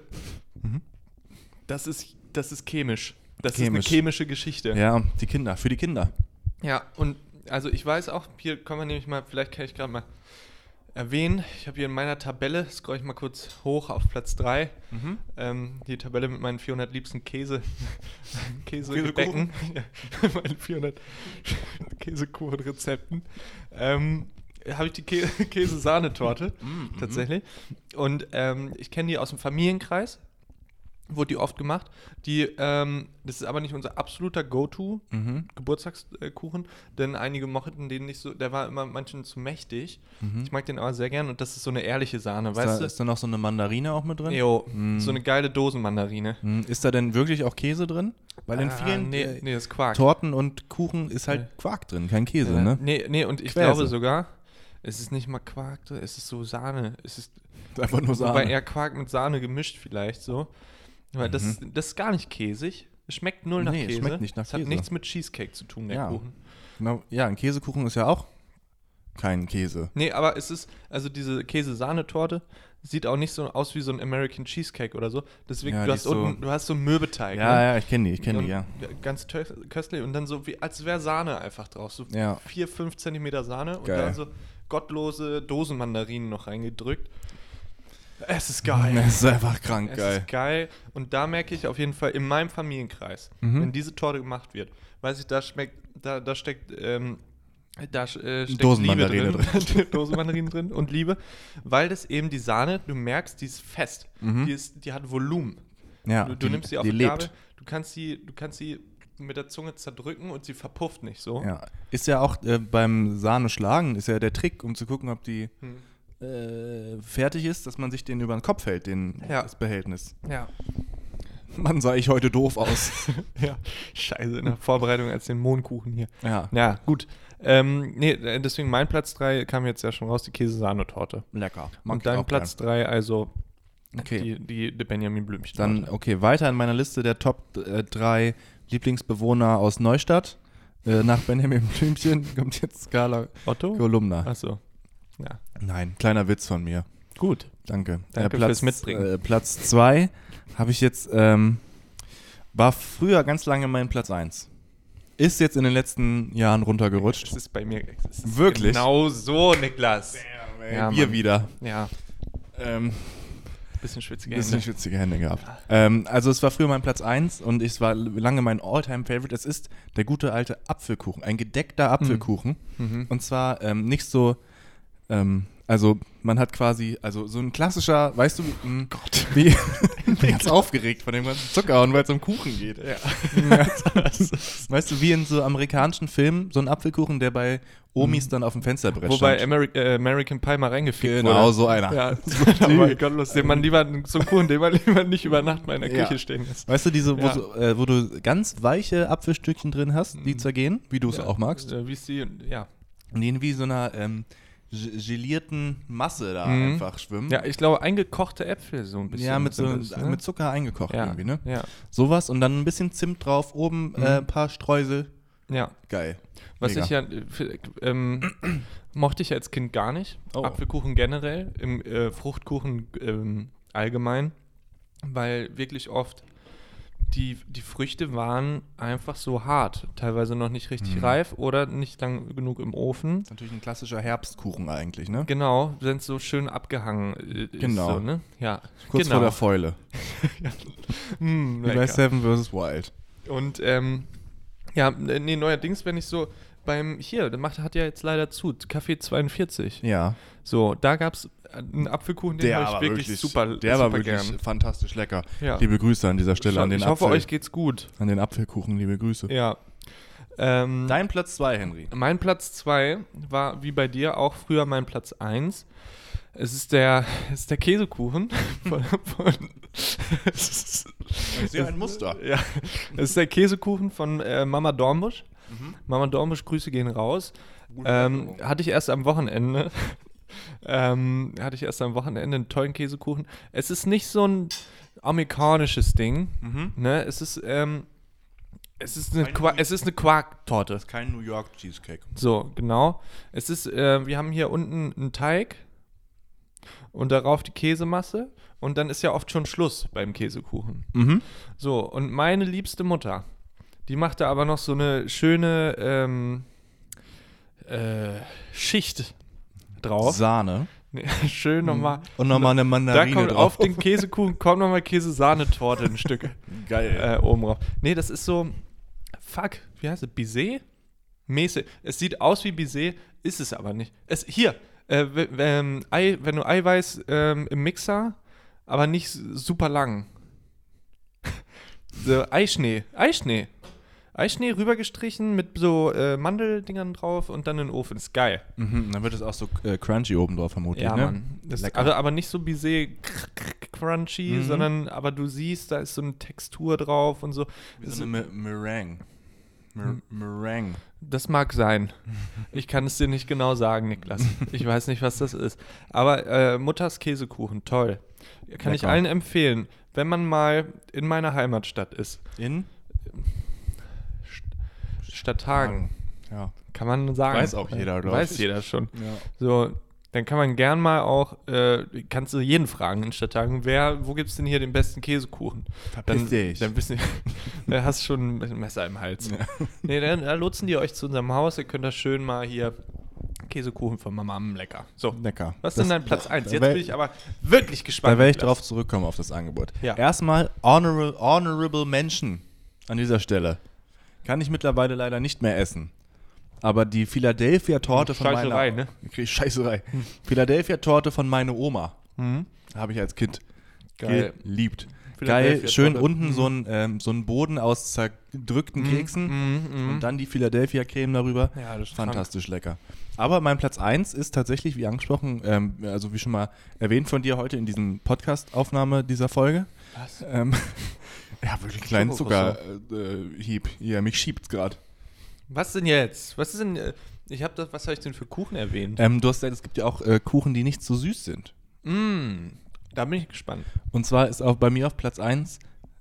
das ist chemisch. Das ist Chemisch. eine chemische Geschichte. Ja, für die Kinder. Ja, und also ich weiß auch, hier können wir nämlich mal, vielleicht kann ich gerade mal erwähnen, ich habe hier in meiner Tabelle, scroll ich mal kurz hoch auf Platz 3, die Tabelle mit meinen 400 liebsten Käsegebäcken, ja, meinen 400 Käsekuchenrezepten, habe ich die Käsesahnetorte tatsächlich und ich kenne die aus dem Familienkreis. Wurde die oft gemacht. Das ist aber nicht unser absoluter Go-To-Geburtstagskuchen, denn einige mochten den nicht so, der war immer manchen zu mächtig. Ich mag den aber sehr gern und das ist so eine ehrliche Sahne, weißt du? Ist da noch so eine Mandarine auch mit drin? Jo, so eine geile Dosenmandarine. Ist da denn wirklich auch Käse drin? Weil in vielen nee, das ist Quark. Torten und Kuchen ist halt Quark drin, kein Käse, ne? Nee, und ich Quäse. glaube sogar, es ist nicht mal Quark drin, es ist so Sahne. Es ist Einfach nur wobei Sahne. eher Quark mit Sahne gemischt vielleicht so. Weil das ist gar nicht käsig. Es schmeckt null nach Nee, es Käse. schmeckt nicht nach Es hat Käse. nichts mit Cheesecake zu tun, der Ja. Kuchen. Genau, ja, ein Käsekuchen ist ja auch kein Käse. Nee, aber es ist, also diese Käse-Sahne-Torte sieht auch nicht so aus wie so ein American Cheesecake oder so. Deswegen, Ja, du die hast ist so- unten, du hast so einen Mürbeteig. Ja, ne? ja, ich kenne die, Und ja. Ganz köstlich und dann so, wie, als wäre Sahne einfach drauf. So Ja. 4-5 Zentimeter Sahne und Geil. dann so gottlose Dosenmandarinen noch reingedrückt. Es ist geil. Das ist einfach krank Es geil. ist geil. Und da merke ich auf jeden Fall in meinem Familienkreis, Mhm. wenn diese Torte gemacht wird, weiß ich, da steckt Dosenmandarine Liebe drin. Dosenmandarinen drin und Liebe, weil das eben die Sahne, du merkst, die ist fest. Die hat Volumen. Ja, Du nimmst sie auf die die lebt. Gabel, du kannst sie mit der Zunge zerdrücken und sie verpufft nicht so. Ja. Ist ja auch beim Sahneschlagen, ist ja der Trick, um zu gucken, ob die fertig ist, dass man sich den über den Kopf hält, Ja. das Behältnis. Ja. Mann, sah ich heute doof aus. Ja. Scheiße, in der Vorbereitung als den Mohnkuchen hier. Ja, Ja, gut. Deswegen mein Platz 3 kam jetzt ja schon raus, die Käse-Sahne-Torte. lecker. Und dein Platz 3, also Okay. die Benjamin Blümchen. Dann, okay, weiter in meiner Liste der Top 3 Lieblingsbewohner aus Neustadt. Nach Benjamin Blümchen kommt jetzt Carla Otto? Kolumna. Achso. Ja. Nein, kleiner Witz von mir. Gut. Danke. Danke fürs Mitbringen. Platz 2 habe ich jetzt, war früher ganz lange mein Platz 1. Ist jetzt in den letzten Jahren runtergerutscht. Das ist bei mir. Das ist Wirklich? Genau so, Niklas. Ja, wir Mann. wieder. Ja. Bisschen schwitzige Bisschen Hände. schwitzige Hände gehabt. Also es war früher mein Platz 1 und es war lange mein All-Time-Favorite. Es ist der gute alte Apfelkuchen, ein gedeckter Apfelkuchen. Und zwar nicht so, also man hat quasi, also so ein klassischer, weißt du, wie ich bin ganz aufgeregt von dem ganzen Zuckerhauen, weil es um Kuchen geht. Ja. Weißt du, wie in so amerikanischen Filmen, so ein Apfelkuchen, der bei Omis dann auf dem Fensterbrett Wobei stand. American Pie mal reingefickt wurde. Genau, so einer. Ja, oh mein Gott, lustig. Man lieber so einen Kuchen, den man lieber nicht über Nacht mal in der Ja. Küche stehen lässt. Weißt du, diese, Ja. wo du ganz weiche Apfelstückchen drin hast, die zergehen, wie du es auch magst? Wie es die, ja. Und die in wie so einer gelierten Masse da einfach schwimmen. Ja, ich glaube, eingekochte Äpfel so ein bisschen. Ja, mit, sind das, ne? mit Zucker eingekocht ja. irgendwie, ne? Ja, Sowas und dann ein bisschen Zimt drauf, oben ein paar Streusel. ja. Geil. Was Mega. ich ja, mochte ich als Kind gar nicht. Oh. Apfelkuchen generell, im Fruchtkuchen allgemein, weil wirklich oft die Früchte waren einfach so hart, teilweise noch nicht richtig reif oder nicht lang genug im Ofen. Das ist natürlich ein klassischer Herbstkuchen eigentlich, ne? Genau, wenn es so schön abgehangen ist. Genau. So, ne? Ja, Kurz genau. vor der Fäule. Wie bei lecker. Seven vs. Wild. Und ja, nee, neuerdings, wenn ich so hat ja jetzt leider zu, Café 42. Ja. So, da gab es einen Apfelkuchen, den habe ich wirklich super Der war super wirklich gern. fantastisch lecker. Ja. Liebe Grüße an dieser Stelle an den Ich hoffe, euch geht's gut. an den Apfelkuchen, liebe Grüße. Ja. Dein Platz 2, Henry. Mein Platz 2 war, wie bei dir, auch früher mein Platz 1. Es ist der Käsekuchen Ich sehe ein Muster. Ja, es ist der Käsekuchen von Mama Dornbusch. Mama Dornbusch, Grüße gehen raus. Hatte ich erst am Wochenende. Einen tollen Käsekuchen. Es ist nicht so ein amerikanisches Ding. Ne? Es ist eine Quarktorte. Kein New York Cheesecake. So, genau. Es ist, wir haben hier unten einen Teig und darauf die Käsemasse und dann ist ja oft schon Schluss beim Käsekuchen. So, und meine liebste Mutter, die machte aber noch so eine schöne Schicht drauf. Sahne. Nee, schön nochmal. Und nochmal eine Da Mandarine kommt drauf. auf den Käsekuchen kommt nochmal Käse-Sahnetorte ein Stück Geil. oben drauf. Nee, das ist so, fuck, wie heißt es? Baiser? Mäßig. Es sieht aus wie Baiser, ist es aber nicht. Wenn du Eiweiß im Mixer, aber nicht super lang. So, Eischnee rübergestrichen mit so Mandeldingern drauf und dann in den Ofen. Ist geil. Dann wird es auch so crunchy oben drauf vermutlich, Ja, ne? Mann. Das Lecker. aber nicht so Baiser crunchy, sondern aber du siehst, da ist so eine Textur drauf und so. Wie so eine Meringue. Meringue. Das mag sein. Ich kann es dir nicht genau sagen, Niklas. Ich weiß nicht, was das ist. Aber Mutters Käsekuchen, toll. Kann ich Lecker. allen empfehlen, wenn man mal in meiner Heimatstadt ist. In? Stadthagen. Ja. Kann man sagen. Weiß auch jeder, glaube ich. Weiß jeder schon. Ja. So, dann kann man gern mal auch, kannst du jeden fragen in Stadthagen, wo gibt's denn hier den besten Käsekuchen? Verpiss dich. Dann wissen da hast du schon ein Messer im Hals. Ja. Nee, dann lotsen die euch zu unserem Haus, ihr könnt das schön mal hier, Käsekuchen von Mama, lecker. So, Lecker. was ist denn dein Platz 1? Jetzt wär- bin ich aber wirklich gespannt. Da werde ich Niklas. drauf zurückkommen, auf das Angebot. Ja. Erstmal Honorable Mention an dieser Stelle. Kann ich mittlerweile leider nicht mehr essen. Aber die Philadelphia-Torte von Scheißerei, meiner... ne? Okay, Scheißerei. Philadelphia-Torte von meiner Oma. Habe ich als Kind Geil. geliebt. Philadelphia-Torte. Geil, schön unten so ein Boden aus zerdrückten Keksen und dann die Philadelphia-Creme darüber. Ja, das ist Fantastisch lecker. Aber mein Platz 1 ist tatsächlich, wie angesprochen, also wie schon mal erwähnt von dir heute in diesem Podcast-Aufnahme dieser Folge. Was? Ja, wirklich einen kleinen Schokokuss. Zuckerhieb. Ja, mich schiebt's gerade. Was denn jetzt? Was ist denn, was habe ich denn für Kuchen erwähnt? Du hast gesagt, es gibt ja auch Kuchen, die nicht so süß sind. Da bin ich gespannt. Und zwar ist auch bei mir auf Platz 1.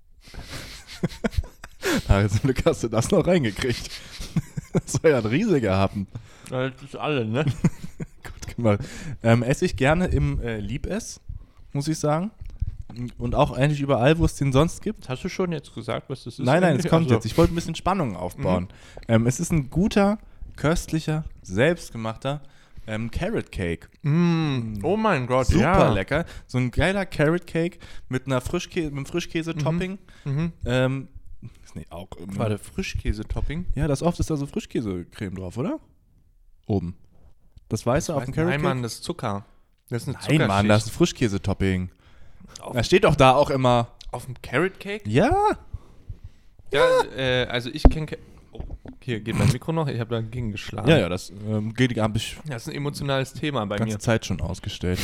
Zum Glück hast du das noch reingekriegt. Das war ja ein riesiger Happen. Das ist alle, ne? Gut gemacht. Esse ich gerne im Liebess, muss ich sagen. Und auch eigentlich überall, wo es den sonst gibt. Hast du schon jetzt gesagt, was das ist? Nein, es kommt Also, jetzt. Ich wollte ein bisschen Spannung aufbauen. Es ist ein guter, köstlicher, selbstgemachter Carrot Cake. Oh mein Gott, Super lecker. So ein geiler Carrot Cake mit einer mit einem Frischkäse-Topping. Nee, auch immer. Warte, Frischkäse-Topping? Ja, das oft ist da so Frischkäsecreme drauf, oder? Oben. Das Weiße auf dem Carrot Cake? Nein, Mann, das ist Zucker. Das ist eine Nein, Zuckerschicht. Mann, das ist ein Frischkäse-Topping. Da steht doch da auch immer. Auf dem Carrot Cake? Ja. Ja, also ich kenne... Oh, hier geht mein Mikro noch. Ich habe dagegen geschlagen. Ja, das habe ich Das ist ein emotionales Thema bei die ganze mir. Zeit schon ausgestellt.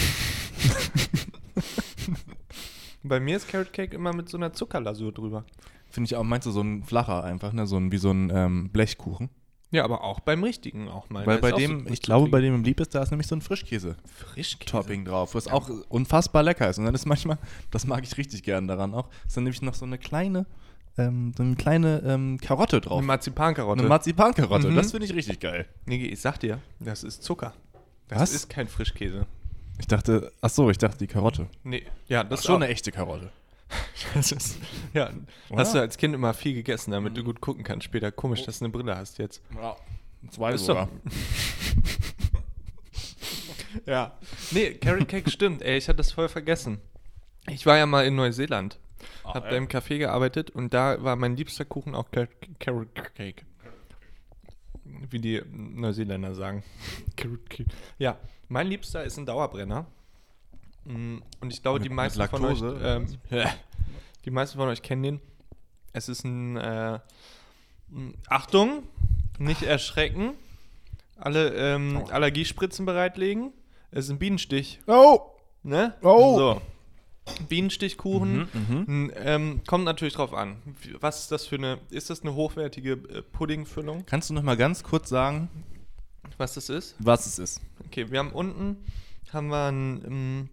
Bei mir ist Carrot Cake immer mit so einer Zuckerlasur drüber. Finde ich auch, meinst du, so ein flacher einfach, ne? Wie so ein Blechkuchen. Ja, aber auch beim richtigen auch mal. Weil Da bei ist auch dem, so ich glaube, bei dem im Lieb ist, da ist nämlich so ein Frischkäse-Topping drauf, was auch unfassbar lecker ist. Und dann ist manchmal, das mag ich richtig gern daran auch, ist dann nämlich noch so eine kleine Karotte drauf. Eine Marzipankarotte. Eine Marzipankarotte, Mhm. das finde ich richtig geil. Niki, ich sag dir, das ist Zucker. Das Was? ist kein Frischkäse. Ich dachte die Karotte. Nee, ja, Das ist schon eine echte Karotte. Das ist, ja, Oder? hast du als Kind immer viel gegessen, damit du gut gucken kannst später. Komisch, dass du eine Brille hast jetzt. Ja, 2 Ist sogar. Ja. Nee, Carrot Cake stimmt, ey, ich hatte das voll vergessen. Ich war ja mal in Neuseeland, hab da im Café gearbeitet und da war mein liebster Kuchen auch Carrot Cake. Wie die Neuseeländer sagen. Carrot Cake. Ja, mein liebster ist ein Dauerbrenner. Und ich glaube, die meisten von euch, die meisten von euch kennen den. Es ist ein, Achtung, nicht erschrecken. Alle Allergiespritzen bereitlegen. Es ist ein Bienenstich. Oh! Ne? Oh! So. Bienenstichkuchen. Kommt natürlich drauf an. Was ist das für eine, ist das eine hochwertige Puddingfüllung? Kannst du noch mal ganz kurz sagen, Was das ist? was es ist? Okay, wir haben unten einen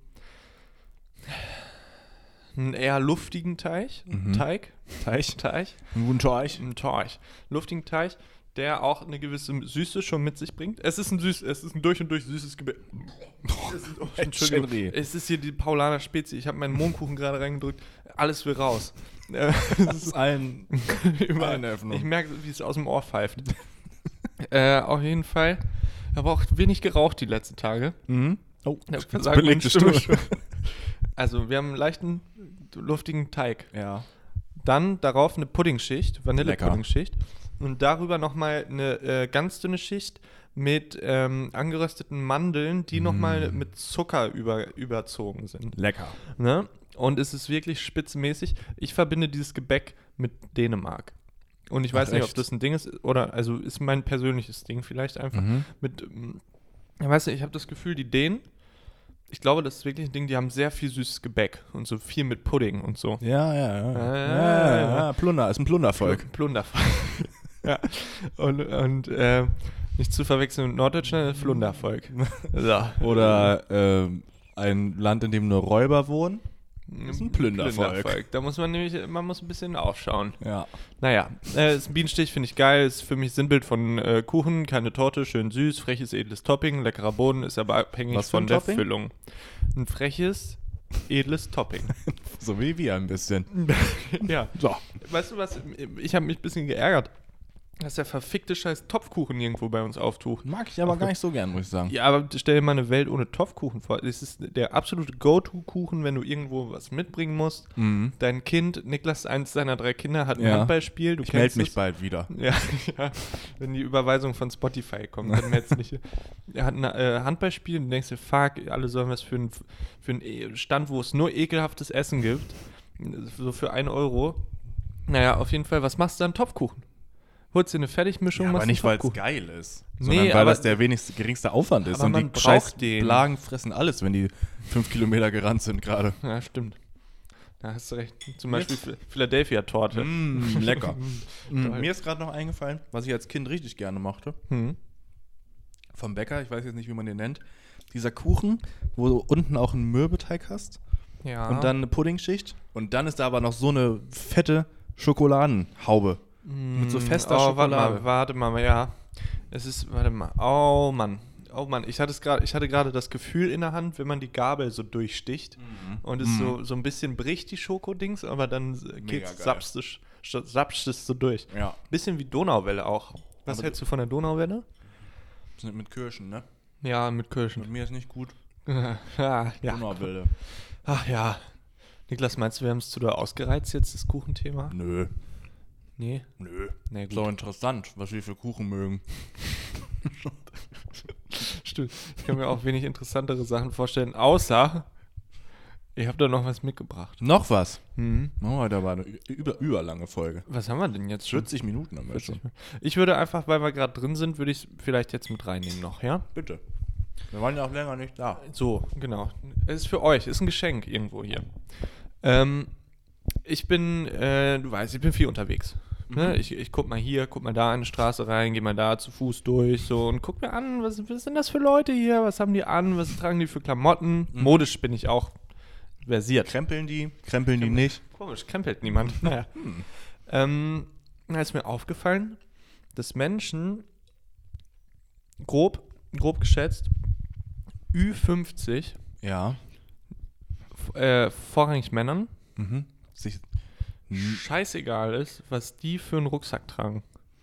eher luftigen Teig. Teig. Einen guten Teich. Einen Teig. Luftigen Teig, der auch eine gewisse Süße schon mit sich bringt. Es ist ein durch und durch süßes Gebäck. Entschuldigung. Henry. Es ist hier die Paulaner Spezi. Ich habe meinen Mohnkuchen gerade reingedrückt. Alles will raus. Das ist eine Öffnung. Ich merke, wie es aus dem Ohr pfeift. Auf jeden Fall. Ich habe auch wenig geraucht die letzten Tage. Oh, Ja, belegte Stimme. Also, wir haben einen leichten, luftigen Teig. Ja. Dann darauf eine Puddingschicht, Vanillepudding-Schicht. Und darüber nochmal eine ganz dünne Schicht mit angerösteten Mandeln, die nochmal mit Zucker überzogen sind. Lecker. Ne? Und es ist wirklich spitzenmäßig. Ich verbinde dieses Gebäck mit Dänemark. Und ich weiß nicht, ob das ein Ding ist, oder, also ist mein persönliches Ding vielleicht einfach. Mit, ich weiß nicht, ich habe das Gefühl, die Dänen, ich glaube, das ist wirklich ein Ding, die haben sehr viel süßes Gebäck und so viel mit Pudding und so. Ja. Plunder, ist ein Plundervolk. Plundervolk. Ja. Und nicht zu verwechseln mit Norddeutschland, Flundervolk. So. Oder ein Land, in dem nur Räuber wohnen. Das ist ein Plündervolk. Da muss man muss ein bisschen aufschauen. Ja. Naja, ist ein Bienenstich, finde ich geil. Ist für mich Sinnbild von Kuchen, keine Torte, schön süß, freches, edles Topping, leckerer Boden, ist aber abhängig von der Füllung. Ein freches, edles Topping. So wie wir ein bisschen. Ja. So. Weißt du was, ich habe mich ein bisschen geärgert, dass der verfickte scheiß Topfkuchen nirgendwo bei uns auftaucht. Mag ich aber gar nicht so gern, muss ich sagen. Ja, aber stell dir mal eine Welt ohne Topfkuchen vor. Es ist der absolute Go-To-Kuchen, wenn du irgendwo was mitbringen musst. Dein Kind, Niklas, eins seiner 3 Kinder, hat ein Handballspiel. Du ich melde mich bald wieder. Ja, wenn die Überweisung von Spotify kommt, dann meldest du nicht. Er hat ein Handballspiel und du denkst dir, fuck, alle sollen was für einen Stand, wo es nur ekelhaftes Essen gibt. So für 1 Euro. Naja, auf jeden Fall, was machst du dann? Topfkuchen. Holst dir eine Fertigmischung, Ja, aber machst nicht, weil es Topfkuchen. geil ist, Nee, sondern weil aber- das der geringste Aufwand ist. Aber Und man die scheiß braucht den. Blagen fressen alles, wenn die 5 Kilometer gerannt sind gerade. Ja, stimmt. Da hast du recht. Zum Beispiel Philadelphia-Torte. Lecker. Mir ist gerade noch eingefallen, was ich als Kind richtig gerne mochte. Vom Bäcker, ich weiß jetzt nicht, wie man den nennt. Dieser Kuchen, wo du unten auch einen Mürbeteig hast Ja. und dann eine Puddingschicht. Und dann ist da aber noch so eine fette Schokoladenhaube. Mit so fester Schokolade. Warte mal, ja. Warte mal. Oh Mann, ich hatte gerade das Gefühl in der Hand, wenn man die Gabel so durchsticht und es so ein bisschen bricht, die Schokodings, aber dann sapscht es so durch. Ja. Bisschen wie Donauwelle auch. Was Aber hältst du von der Donauwelle? Mit Kirschen, ne? Ja, mit Mit Kirschen. mir ist nicht gut. Ja. Donauwilde. Ach ja. Niklas, meinst du, wir haben es zu doll ausgereizt jetzt, das Kuchenthema? Nö. Nee? Nö. Nee, Ist doch interessant, was wir für Kuchen mögen. Stimmt. Ich kann mir auch wenig interessantere Sachen vorstellen, außer ich habe da noch was mitgebracht. Noch was? Mhm. Oh, da war eine überlange Folge. Was haben wir denn jetzt schon? 40 Minuten haben wir schon. Ich würde einfach, weil wir gerade drin sind, würde ich vielleicht jetzt mit reinnehmen noch, ja? Bitte. Wir waren ja auch länger nicht da. So, genau. Es ist für euch, ist ein Geschenk irgendwo hier. Ich bin, du weißt, ich bin viel unterwegs. Ne? Ich guck mal hier, guck mal da in die Straße rein, geh mal da zu Fuß durch so und guck mir an, was sind das für Leute hier, was haben die an, was tragen die für Klamotten. Modisch bin ich auch versiert. Krempeln die nicht? Komisch, krempelt niemand. Naja. Da ist mir aufgefallen, dass Menschen grob geschätzt Ü50, Ja. vorrangig Männern, Sich, scheißegal ist, was die für einen Rucksack tragen.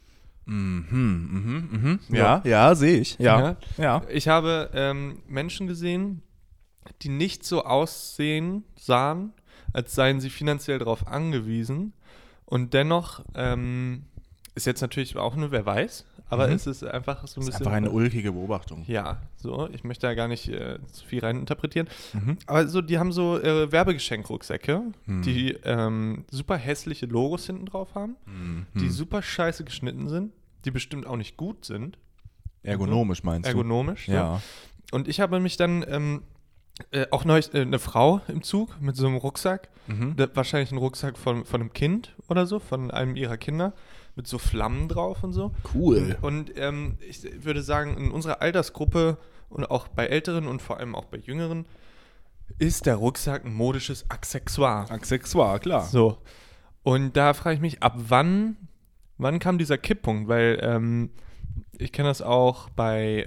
Ja, sehe ich. Ja. Ich habe Menschen gesehen, die nicht so sahen, als seien sie finanziell darauf angewiesen. Und dennoch ist jetzt natürlich auch nur, wer weiß, aber es ist einfach so ein Das ist bisschen. einfach eine ulkige Beobachtung. Ja, so, ich möchte da gar nicht zu viel reininterpretieren. Aber so, die haben so Werbegeschenkrucksäcke, die super hässliche Logos hinten drauf haben, die super scheiße geschnitten sind, die bestimmt auch nicht gut sind. Ergonomisch meinst du? Ergonomisch, Ja. So. Und ich habe mich dann auch neulich eine Frau im Zug mit so einem Rucksack, wahrscheinlich ein Rucksack von einem Kind oder so, von einem ihrer Kinder, mit so Flammen drauf und so. Cool. Und ich würde sagen, in unserer Altersgruppe und auch bei Älteren und vor allem auch bei Jüngeren ist der Rucksack ein modisches Accessoire. Accessoire, klar. So. Und da frage ich mich, ab wann kam dieser Kipppunkt? Weil ich kenne das auch bei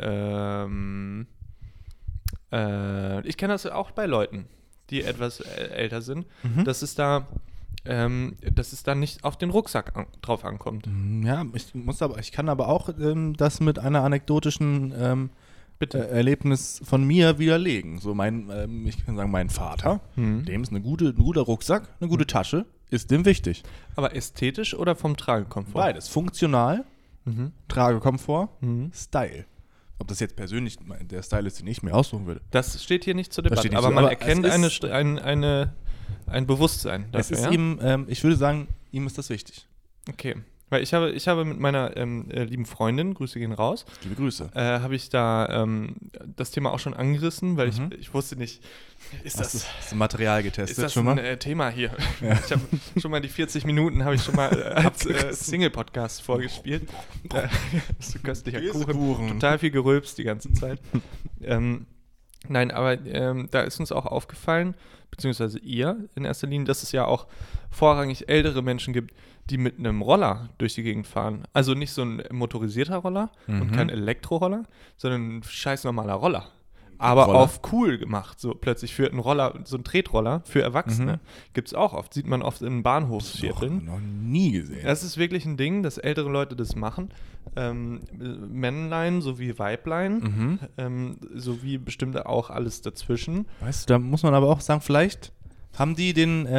Leuten, die etwas älter sind, dass es da nicht auf den Rucksack drauf ankommt. Ja, ich kann aber auch das mit einer anekdotischen Erlebnis von mir widerlegen. So ich kann sagen, mein Vater, dem ist ein guter Rucksack, eine gute Tasche, ist dem wichtig. Aber ästhetisch oder vom Tragekomfort? Beides. Funktional, Tragekomfort, Style. Ob das jetzt persönlich der Style ist, den ich mir aussuchen würde. Das steht hier nicht zur Das Debatte, steht nicht aber so, man aber erkennt ein Bewusstsein dafür. Es ist ja? ihm, ich würde sagen, ihm ist das wichtig. Okay. Weil ich habe mit meiner lieben Freundin, Grüße gehen raus, Liebe Grüße. habe ich da das Thema auch schon angerissen, weil ich wusste nicht, ist das Material getestet ist das schon mal? ein Thema hier? Ja. Ich habe schon mal die 40 Minuten habe ich schon mal als Single-Podcast vorgespielt. Das ist so köstlicher Kuchen. Total viel gerülpst die ganze Zeit. Nein, aber da ist uns auch aufgefallen, beziehungsweise ihr in erster Linie, dass es ja auch vorrangig ältere Menschen gibt, die mit einem Roller durch die Gegend fahren. Also nicht so ein motorisierter Roller und kein Elektroroller, sondern ein scheiß normaler Roller. Aber Roller? auf cool gemacht, so plötzlich für einen Roller, so ein Tretroller für Erwachsene. Gibt es auch oft, sieht man oft in Bahnhofsvierteln. Noch nie gesehen. Das ist wirklich ein Ding, dass ältere Leute das machen. Männlein sowie Weiblein, sowie bestimmt auch alles dazwischen. Weißt du, da muss man aber auch sagen, vielleicht machen die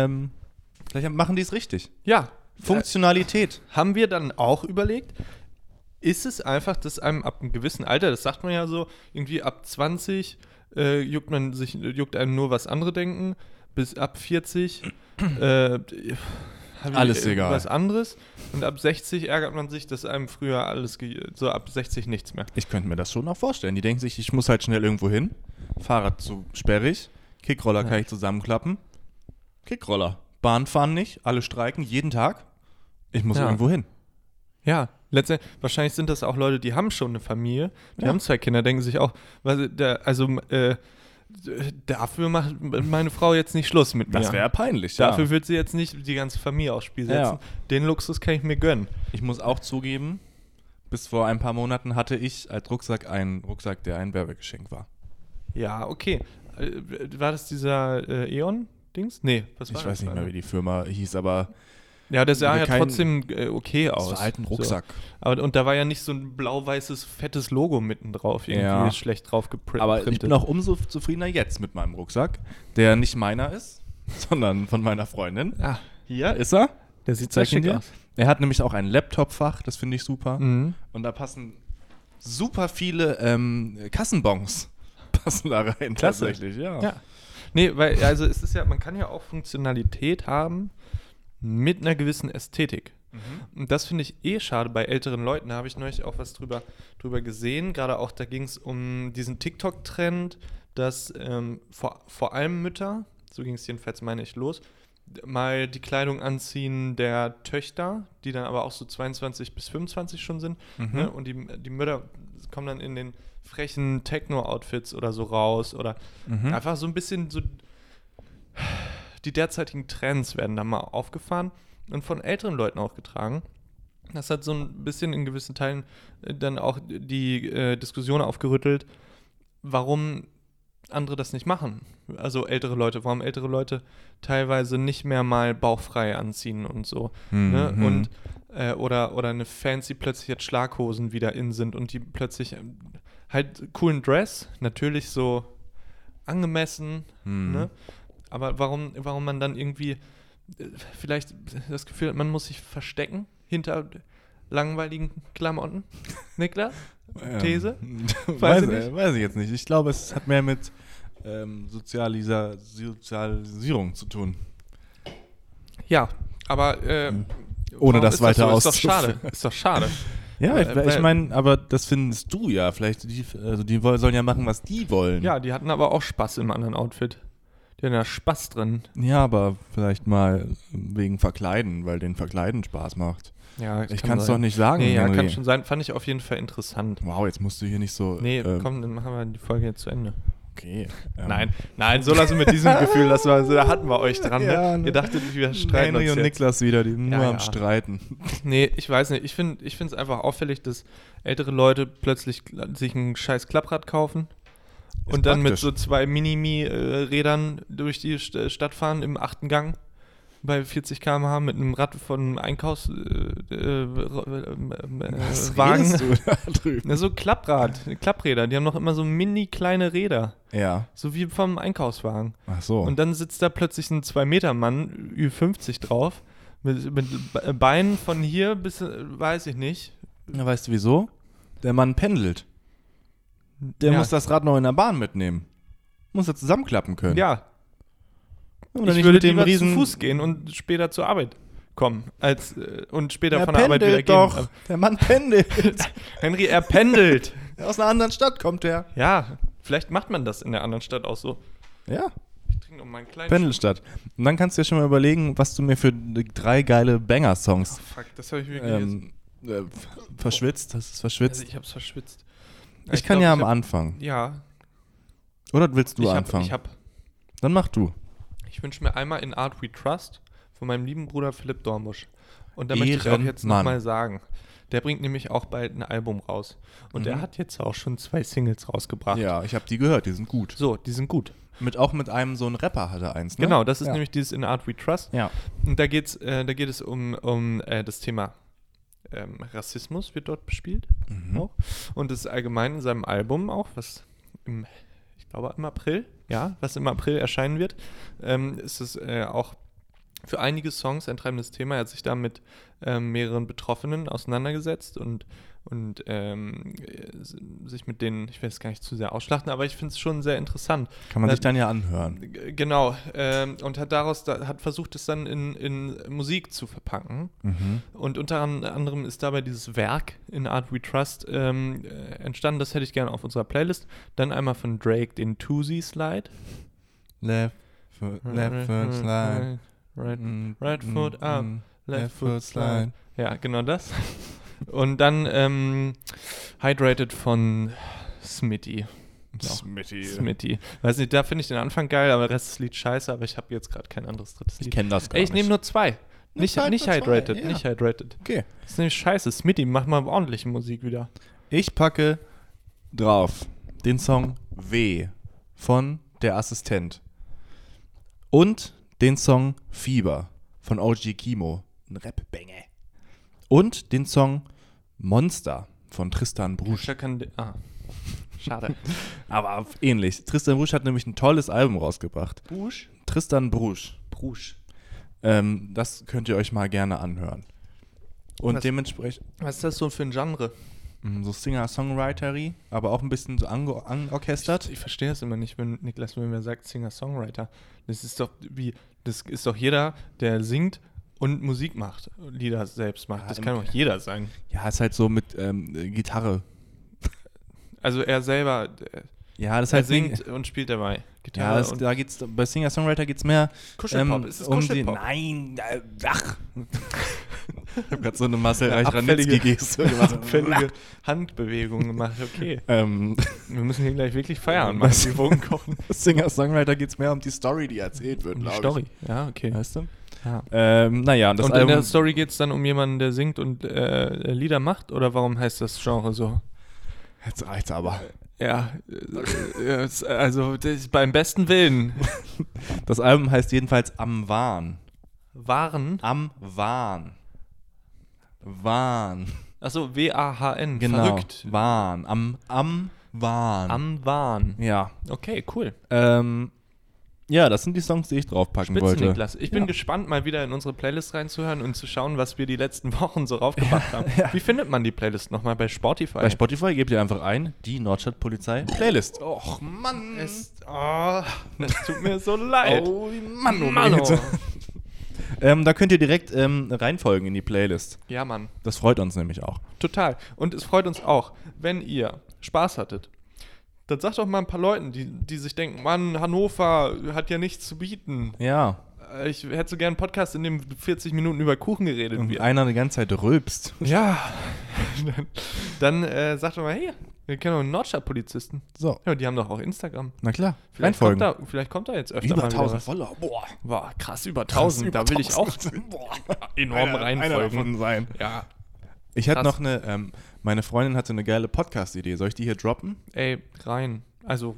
es richtig. Ja. Funktionalität. Haben wir dann auch überlegt, ist es einfach, dass einem ab einem gewissen Alter, das sagt man ja so, irgendwie ab 20 juckt einem nur, was andere denken, bis ab 40 alles egal. Was anderes und ab 60 ärgert man sich, dass einem früher so ab 60 nichts mehr. Ich könnte mir das schon auch vorstellen. Die denken sich, ich muss halt schnell irgendwo hin. Fahrrad zu sperrig. Kickroller kann ich zusammenklappen. Kickroller. Bahn fahren nicht. Alle streiken jeden Tag. Ich muss irgendwo hin. Ja, letztendlich, wahrscheinlich sind das auch Leute, die haben schon eine Familie, die haben 2 Kinder, denken sich auch, dafür macht meine Frau jetzt nicht Schluss mit mir. Das wäre peinlich, Dafür wird sie jetzt nicht die ganze Familie aufs Spiel setzen. Ja. Den Luxus kann ich mir gönnen. Ich muss auch zugeben, bis vor ein paar Monaten hatte ich als Rucksack einen Rucksack, der ein Werbegeschenk war. Ja, okay. War das dieser E.ON-Dings? Nee, was war das? Ich weiß nicht mehr, wie die Firma hieß, aber Ja, der sah ja kein- trotzdem okay Das aus. war halt ein Rucksack. So. Und da war ja nicht so ein blau-weißes, fettes Logo mitten drauf, irgendwie Ja. schlecht drauf geprintet. Aber ich bin auch umso zufriedener jetzt mit meinem Rucksack, der nicht meiner ist, sondern von meiner Freundin. Ah, Hier ist er. der sieht sehr Zeig ihn schick dir. aus. Er hat nämlich auch ein Laptop-Fach, das finde ich super. Mhm. Und da passen super viele Kassenbons passen da rein. Klasse. Tatsächlich, ja. Ja. Nee, weil, also es ist ja, man kann ja auch Funktionalität haben mit einer gewissen Ästhetik. Und das finde ich schade bei älteren Leuten. Da habe ich neulich auch was drüber gesehen. Gerade auch, da ging es um diesen TikTok-Trend, dass vor allem Mütter, so ging es jedenfalls, meine ich, los, mal die Kleidung anziehen der Töchter, die dann aber auch so 22 bis 25 schon sind. Ne? Und die Mütter kommen dann in den frechen Techno-Outfits oder so raus. Oder einfach so ein bisschen so die derzeitigen Trends werden da mal aufgefahren und von älteren Leuten auch getragen. Das hat so ein bisschen in gewissen Teilen dann auch die Diskussion aufgerüttelt, warum andere das nicht machen. Also ältere Leute, warum ältere Leute teilweise nicht mehr mal bauchfrei anziehen und so. Ne? Und oder eine Fancy plötzlich jetzt Schlaghosen wieder in sind und die plötzlich halt coolen Dress, natürlich so angemessen, ne? Aber warum man dann irgendwie vielleicht das Gefühl hat, man muss sich verstecken hinter langweiligen Klamotten? Niklas? These? Weiß ich jetzt nicht. Ich glaube, es hat mehr mit Sozialisierung zu tun. Ja, aber Ohne warum das ist weiter so? Ist doch auszuführen. schade. Ist doch schade. Ja, Weil- ich meine, aber das findest du ja. Vielleicht, die sollen ja machen, was die wollen. Ja, die hatten aber auch Spaß im anderen Outfit. Die hatten ja Spaß drin. Ja, aber vielleicht mal wegen Verkleiden, weil den Verkleiden Spaß macht. Ja, Ich kann es doch nicht sagen. Nee, ja, Henry. kann schon sein. Fand ich auf jeden Fall interessant. Wow, jetzt musst du hier nicht so. Nee, komm, dann machen wir die Folge jetzt zu Ende. Okay. Nein, so lassen wir mit diesem Gefühl, da hatten wir euch dran. Ja, Ne? ne? Ihr dachtet, wir streiten Henry uns und jetzt. Niklas wieder, die nur Ja, am ja. Streiten. Nee, ich weiß nicht. Ich finde es einfach auffällig, dass ältere Leute plötzlich sich ein scheiß Klapprad kaufen Ist und dann mit praktisch. so 2 Minimi-Rädern durch die Stadt fahren im 8. Gang bei 40 km/h mit einem Rad von Einkaufswagen. redest du da drüben? Na, so Klappräder, die haben noch immer so mini kleine Räder, Ja. so wie vom Einkaufswagen. Ach so. Und dann sitzt da plötzlich ein 2-Meter-Mann, Ü50 drauf, mit Beinen von hier bis, weiß ich nicht. Ja, weißt du wieso? Der Mann pendelt. Der Ja. muss das Rad noch in der Bahn mitnehmen. Muss er zusammenklappen können. Ja, Oder ich nicht würde mit dem lieber riesen zu Fuß gehen und später zur Arbeit kommen, als und später Der von der Arbeit wieder pendelt gehen. doch. Der Mann pendelt. Henry, er pendelt. Aus einer anderen Stadt kommt er. Ja, vielleicht macht man das in der anderen Stadt auch so. Ja. Ich trinke noch mal einen kleinen Pendelstadt. Und dann kannst du dir schon mal überlegen, was du mir für 3 geile Banger-Songs Fuck, das habe ich mir gelesen. verschwitzt. Das ist verschwitzt. Also ich hab's verschwitzt. Ich kann glaub, ja ich am hab- Anfang. Ja, Oder willst du ich anfangen? Dann mach du. Ich wünsche mir einmal In Art We Trust von meinem lieben Bruder Philipp Dornbusch. Und da möchte ich auch jetzt Ehrenmann. nochmal sagen, der bringt nämlich auch bald ein Album raus. Und der hat jetzt auch schon 2 Singles rausgebracht. Ja, ich habe die gehört, die sind gut. So, die sind gut. Auch mit einem so ein Rapper hat er eins, ne? Genau, das ist ja. nämlich dieses In Art We Trust. Ja. Und da geht es um das Thema Rassismus wird dort bespielt. Auch. Und das ist allgemein in seinem Album auch, was ich glaube im April, was im April erscheinen wird, ist es auch für einige Songs ein treibendes Thema. Er hat sich da mit mehreren Betroffenen auseinandergesetzt und sich mit denen, ich will es gar nicht zu sehr ausschlachten, aber ich finde es schon sehr interessant. Kann man sich dann ja anhören. Genau, und hat versucht, es dann in Musik zu verpacken. Und unter anderem ist dabei dieses Werk In Art We Trust entstanden. Das hätte ich gerne auf unserer Playlist. Dann einmal von Drake den Tusi Slide. Left foot slide. Right foot up, left foot slide. Ja, genau das. Und dann Hydrated von Smitty. Smitty. Weiß nicht, da finde ich den Anfang geil, aber der Rest des Lieds scheiße, aber ich habe jetzt gerade kein anderes drittes Lied. Ich kenne das gar Ey, nicht. ich nehme nur 2. Nicht Zeit für Hydrated, zwei, ja. nicht Hydrated. Okay. Das ist nämlich scheiße. Smitty, mach mal ordentliche Musik wieder. Ich packe drauf den Song W von Der Assistent und den Song Fieber von OG Kimo. ein Rap-Banger. Und den Song Monster von Tristan Brusch. Schade. Aber ähnlich. Tristan Brusch hat nämlich ein tolles Album rausgebracht. Brusch? Tristan Brusch. Das könnt ihr euch mal gerne anhören. Und dementsprechend... Was ist das so für ein Genre? So Singer-Songwritery, aber auch ein bisschen so anorchestert. Ich verstehe das immer nicht, wenn Niklas mir sagt Singer-Songwriter. Das ist doch jeder, der singt und Musik macht, Lieder selbst macht. Das kann doch jeder sein. Ja, ist halt so mit Gitarre. Also er selber, das er halt singt und spielt dabei Gitarre. Ja, da geht's, bei Singer-Songwriter geht's mehr Kuschelpop, ist es Kuschelpop? Nein, ach. Ich habe gerade so eine Marcel Reich-Ranitzky-Geste gemacht. Abfällige Handbewegung gemacht, okay. Wir müssen hier gleich wirklich feiern, mal die Wogen kochen. Singer-Songwriter geht's mehr um die Story, die erzählt wird, glaube ich. Story, ja, okay. Weißt du? Ja. Naja, das und Album... in der Story geht es dann um jemanden, der singt und Lieder macht? Oder warum heißt das Genre so? Jetzt reicht's aber. Ja, also beim besten Willen. Das Album heißt jedenfalls Am Wahn. Waren? Am Wahn. Wahn. Achso, W-A-H-N. Genau. Verrückt. Wahn. Am Wahn. Am Wahn. Ja. Okay, cool. Ja, das sind die Songs, die ich draufpacken Spitze, wollte. Niklas. Ich bin gespannt, mal wieder in unsere Playlist reinzuhören und zu schauen, was wir die letzten Wochen so raufgebracht haben. Ja. Wie findet man die Playlist nochmal bei Spotify? Bei Spotify gebt ihr einfach ein, die Nordstadtpolizei Playlist. Och, Mann. Es tut mir so leid. Oh, Mann, Mann. Da könnt ihr direkt reinfolgen in die Playlist. Ja, Mann. Das freut uns nämlich auch. Total. Und es freut uns auch, wenn ihr Spaß hattet. Dann sagt doch mal ein paar Leuten, die sich denken, Mann, Hannover hat ja nichts zu bieten. Ja. Ich hätte so gerne einen Podcast, in dem 40 Minuten über Kuchen geredet Und wird. einer die ganze Zeit rülpst. Ja. Dann sagt doch mal, hey, wir kennen doch einen Nordstadtpolizisten. So. Ja, die haben doch auch Instagram. Na klar. Vielleicht kommt da jetzt öfter Über mal wieder 1000 was. Follower. Boah, krass, über 1000. Da will ich auch enorm einer reinfolgen. davon sein. Ja. Ich hatte Krass. noch meine Freundin hatte eine geile Podcast-Idee. Soll ich die hier droppen? Ey, rein. Also,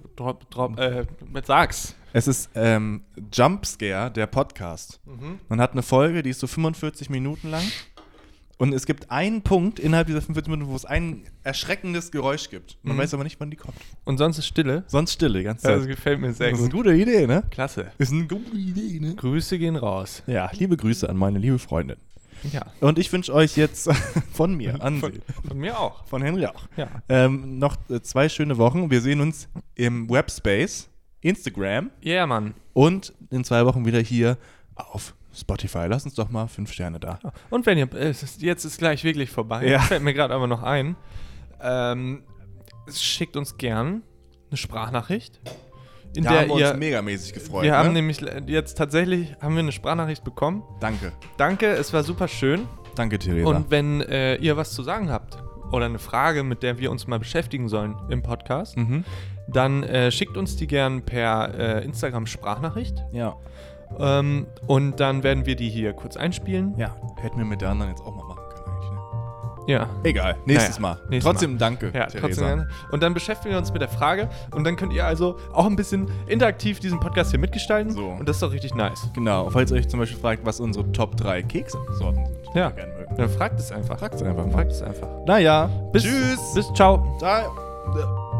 sag's. Es ist Jumpscare, der Podcast. Man hat eine Folge, die ist so 45 Minuten lang. Und es gibt einen Punkt innerhalb dieser 45 Minuten, wo es ein erschreckendes Geräusch gibt. Man weiß aber nicht, wann die kommt. Und sonst ist Stille. Sonst Stille, die ganze Das Zeit. gefällt mir sehr Das ist eine gut. gute Idee, ne? Klasse. Ist eine gute Idee, ne? Grüße gehen raus. Ja, liebe Grüße an meine liebe Freundin. Ja. Und ich wünsche euch jetzt von mir, Ansehen, Von mir auch. von Henry auch, Ja. noch 2 schöne Wochen. Wir sehen uns im Webspace, Instagram Yeah, Mann. und in 2 Wochen wieder hier auf Spotify. Lass uns doch mal 5 Sterne da. Und wenn ihr, jetzt ist gleich wirklich vorbei. Ja. Fällt mir gerade aber noch ein. Schickt uns gern eine Sprachnachricht, in Da der haben wir ihr. uns megamäßig gefreut. Wir haben ne? nämlich jetzt tatsächlich eine Sprachnachricht bekommen. Danke. Danke, es war super schön. Danke, Theresa. Und wenn ihr was zu sagen habt oder eine Frage, mit der wir uns mal beschäftigen sollen im Podcast, dann schickt uns die gern per Instagram-Sprachnachricht. Ja. Und dann werden wir die hier kurz einspielen. Ja, hätten wir mit der anderen jetzt auch mal machen können eigentlich, ne? Ja. Egal, nächstes Mal. Trotzdem Mal. danke, Ja, Theresa. trotzdem gerne. Und dann beschäftigen wir uns mit der Frage und dann könnt ihr also auch ein bisschen interaktiv diesen Podcast hier mitgestalten. So. Und das ist doch richtig nice. Genau, falls ihr euch zum Beispiel fragt, was unsere Top 3 Keksorten sind, die Ja. wir gerne mögen. Dann fragt es einfach. Fragt es einfach mal. Fragt es einfach. Naja, Bis, tschüss. Bis, ciao. Ciao.